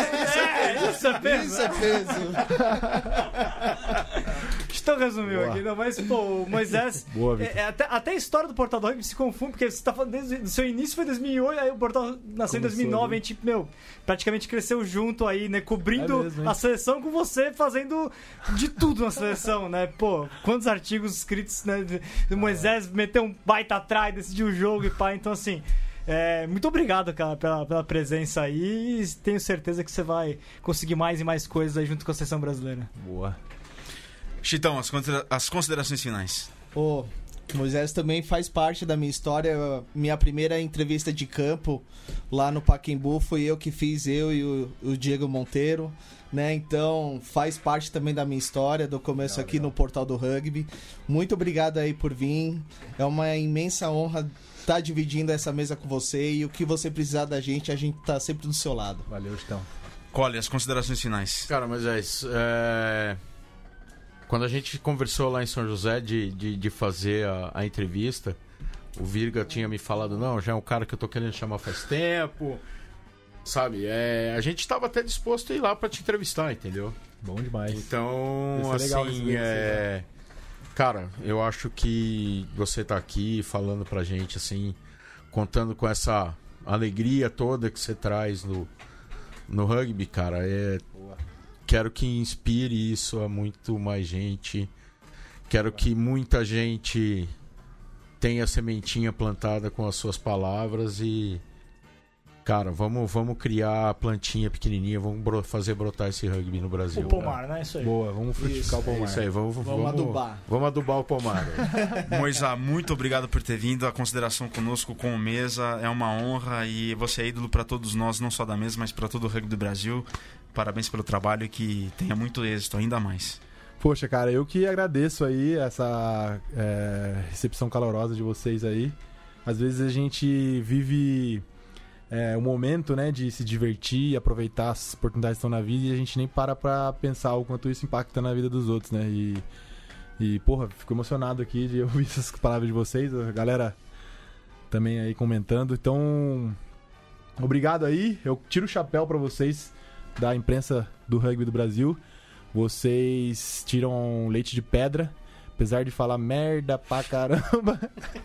é, isso é peso. Isso é peso. Então resumiu Boa. aqui, não, mas, pô, o Moisés. Boa, Vitor. é, é, até, até a história do Portal do Rugby se confunde, porque você tá falando desde o seu início foi em dois mil e oito, aí o Portal nasceu em dois mil e nove, Começou, a gente, meu, praticamente cresceu junto aí, né? Cobrindo É mesmo, hein? a seleção com você, fazendo de tudo na seleção, né? Pô, quantos artigos escritos, né? de- Do Moisés meteu um baita atrás, decidiu o jogo e pá, então assim. É, muito obrigado, cara, pela, pela presença aí. E tenho certeza que você vai conseguir mais e mais coisas aí junto com a seleção brasileira. Boa. Chitão, as, considera- as considerações finais. Pô, Moisés também faz parte da minha história. Minha primeira entrevista de campo lá no Pacaembu foi eu que fiz, eu e o, o Diego Monteiro, né? Então faz parte também da minha história, do começo Legal, aqui legal. no Portal do Rugby. Muito obrigado aí por vir. É uma imensa honra estar dividindo essa mesa com você, e o que você precisar da gente, a gente tá sempre do seu lado. Valeu, Chitão. Cole, as considerações finais. Cara, mas é isso. É... Quando a gente conversou lá em São José de, de, de fazer a, a entrevista, o Virga tinha me falado, não, já é um cara que eu tô querendo chamar faz tempo, sabe? É, a gente tava até disposto a ir lá pra te entrevistar, entendeu? Bom demais. Então, Ia ser legal assim, receber é... cara, eu acho que você tá aqui falando pra gente, assim, contando com essa a alegria toda que você traz no, no rugby, cara, é... Quero que inspire isso a muito mais gente. Quero que muita gente tenha a sementinha plantada com as suas palavras e... Cara, vamos, vamos criar a plantinha pequenininha, vamos bro- fazer brotar esse rugby no Brasil. O pomar, cara. né? Isso aí. Boa, vamos frutificar Isso, o pomar. É isso aí, vamos, Vamos vamos adubar. Vamos adubar o pomar. Moisés, muito obrigado por ter vindo. A consideração conosco com o Mesa é uma honra e você é ídolo para todos nós, não só da mesa, mas para todo o rugby do Brasil. Parabéns pelo trabalho e que tenha muito êxito, ainda mais. Poxa, cara, eu que agradeço aí essa é, recepção calorosa de vocês aí. Às vezes a gente vive é, um momento, né, de se divertir, aproveitar as oportunidades que estão na vida e a gente nem para pra pensar o quanto isso impacta na vida dos outros, né? E, e porra, fico emocionado aqui de ouvir essas palavras de vocês, a galera também aí comentando. Então, obrigado aí. Eu tiro o chapéu pra vocês da imprensa do rugby do Brasil. Vocês tiram leite de pedra, apesar de falar merda pra caramba.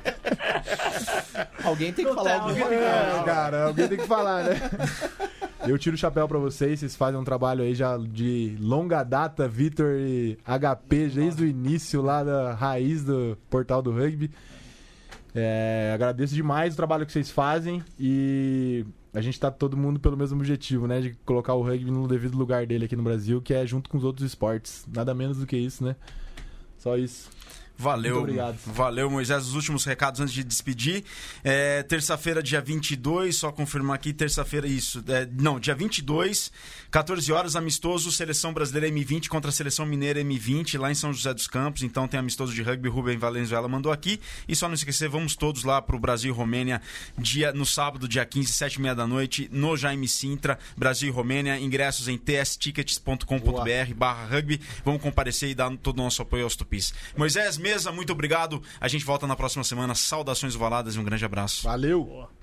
Alguém tem que Não falar tem, alguma alguém tem que coisa. falar. É, cara, alguém tem que falar, né? Eu tiro o chapéu pra vocês, vocês fazem um trabalho aí já de longa data, Vitor e H P, desde o início lá da raiz do Portal do Rugby. É, agradeço demais o trabalho que vocês fazem e a gente tá todo mundo pelo mesmo objetivo, né? De colocar o rugby no devido lugar dele aqui no Brasil, que é junto com os outros esportes. Nada menos do que isso, né? Só isso. Valeu, Muito obrigado. valeu, Moisés. Os últimos recados antes de despedir. É, terça-feira, dia vinte e dois, só confirmar aqui, terça-feira, isso. É, não, dia vinte e dois, quatorze horas, amistoso, Seleção Brasileira M vinte contra a Seleção Mineira M vinte, lá em São José dos Campos. Então tem amistoso de rugby, Rubem Valenzuela mandou aqui. E só não esquecer, vamos todos lá pro Brasil e Romênia, dia, no sábado, dia quinze, sete e meia da noite, no Jaime Sintra, Brasil e Romênia. Ingressos em t s tickets ponto com ponto b r barra rugby. Vamos comparecer e dar todo o nosso apoio aos tupis. Moisés, Mesa, muito obrigado. A gente volta na próxima semana. Saudações ovaladas e um grande abraço. Valeu! Boa.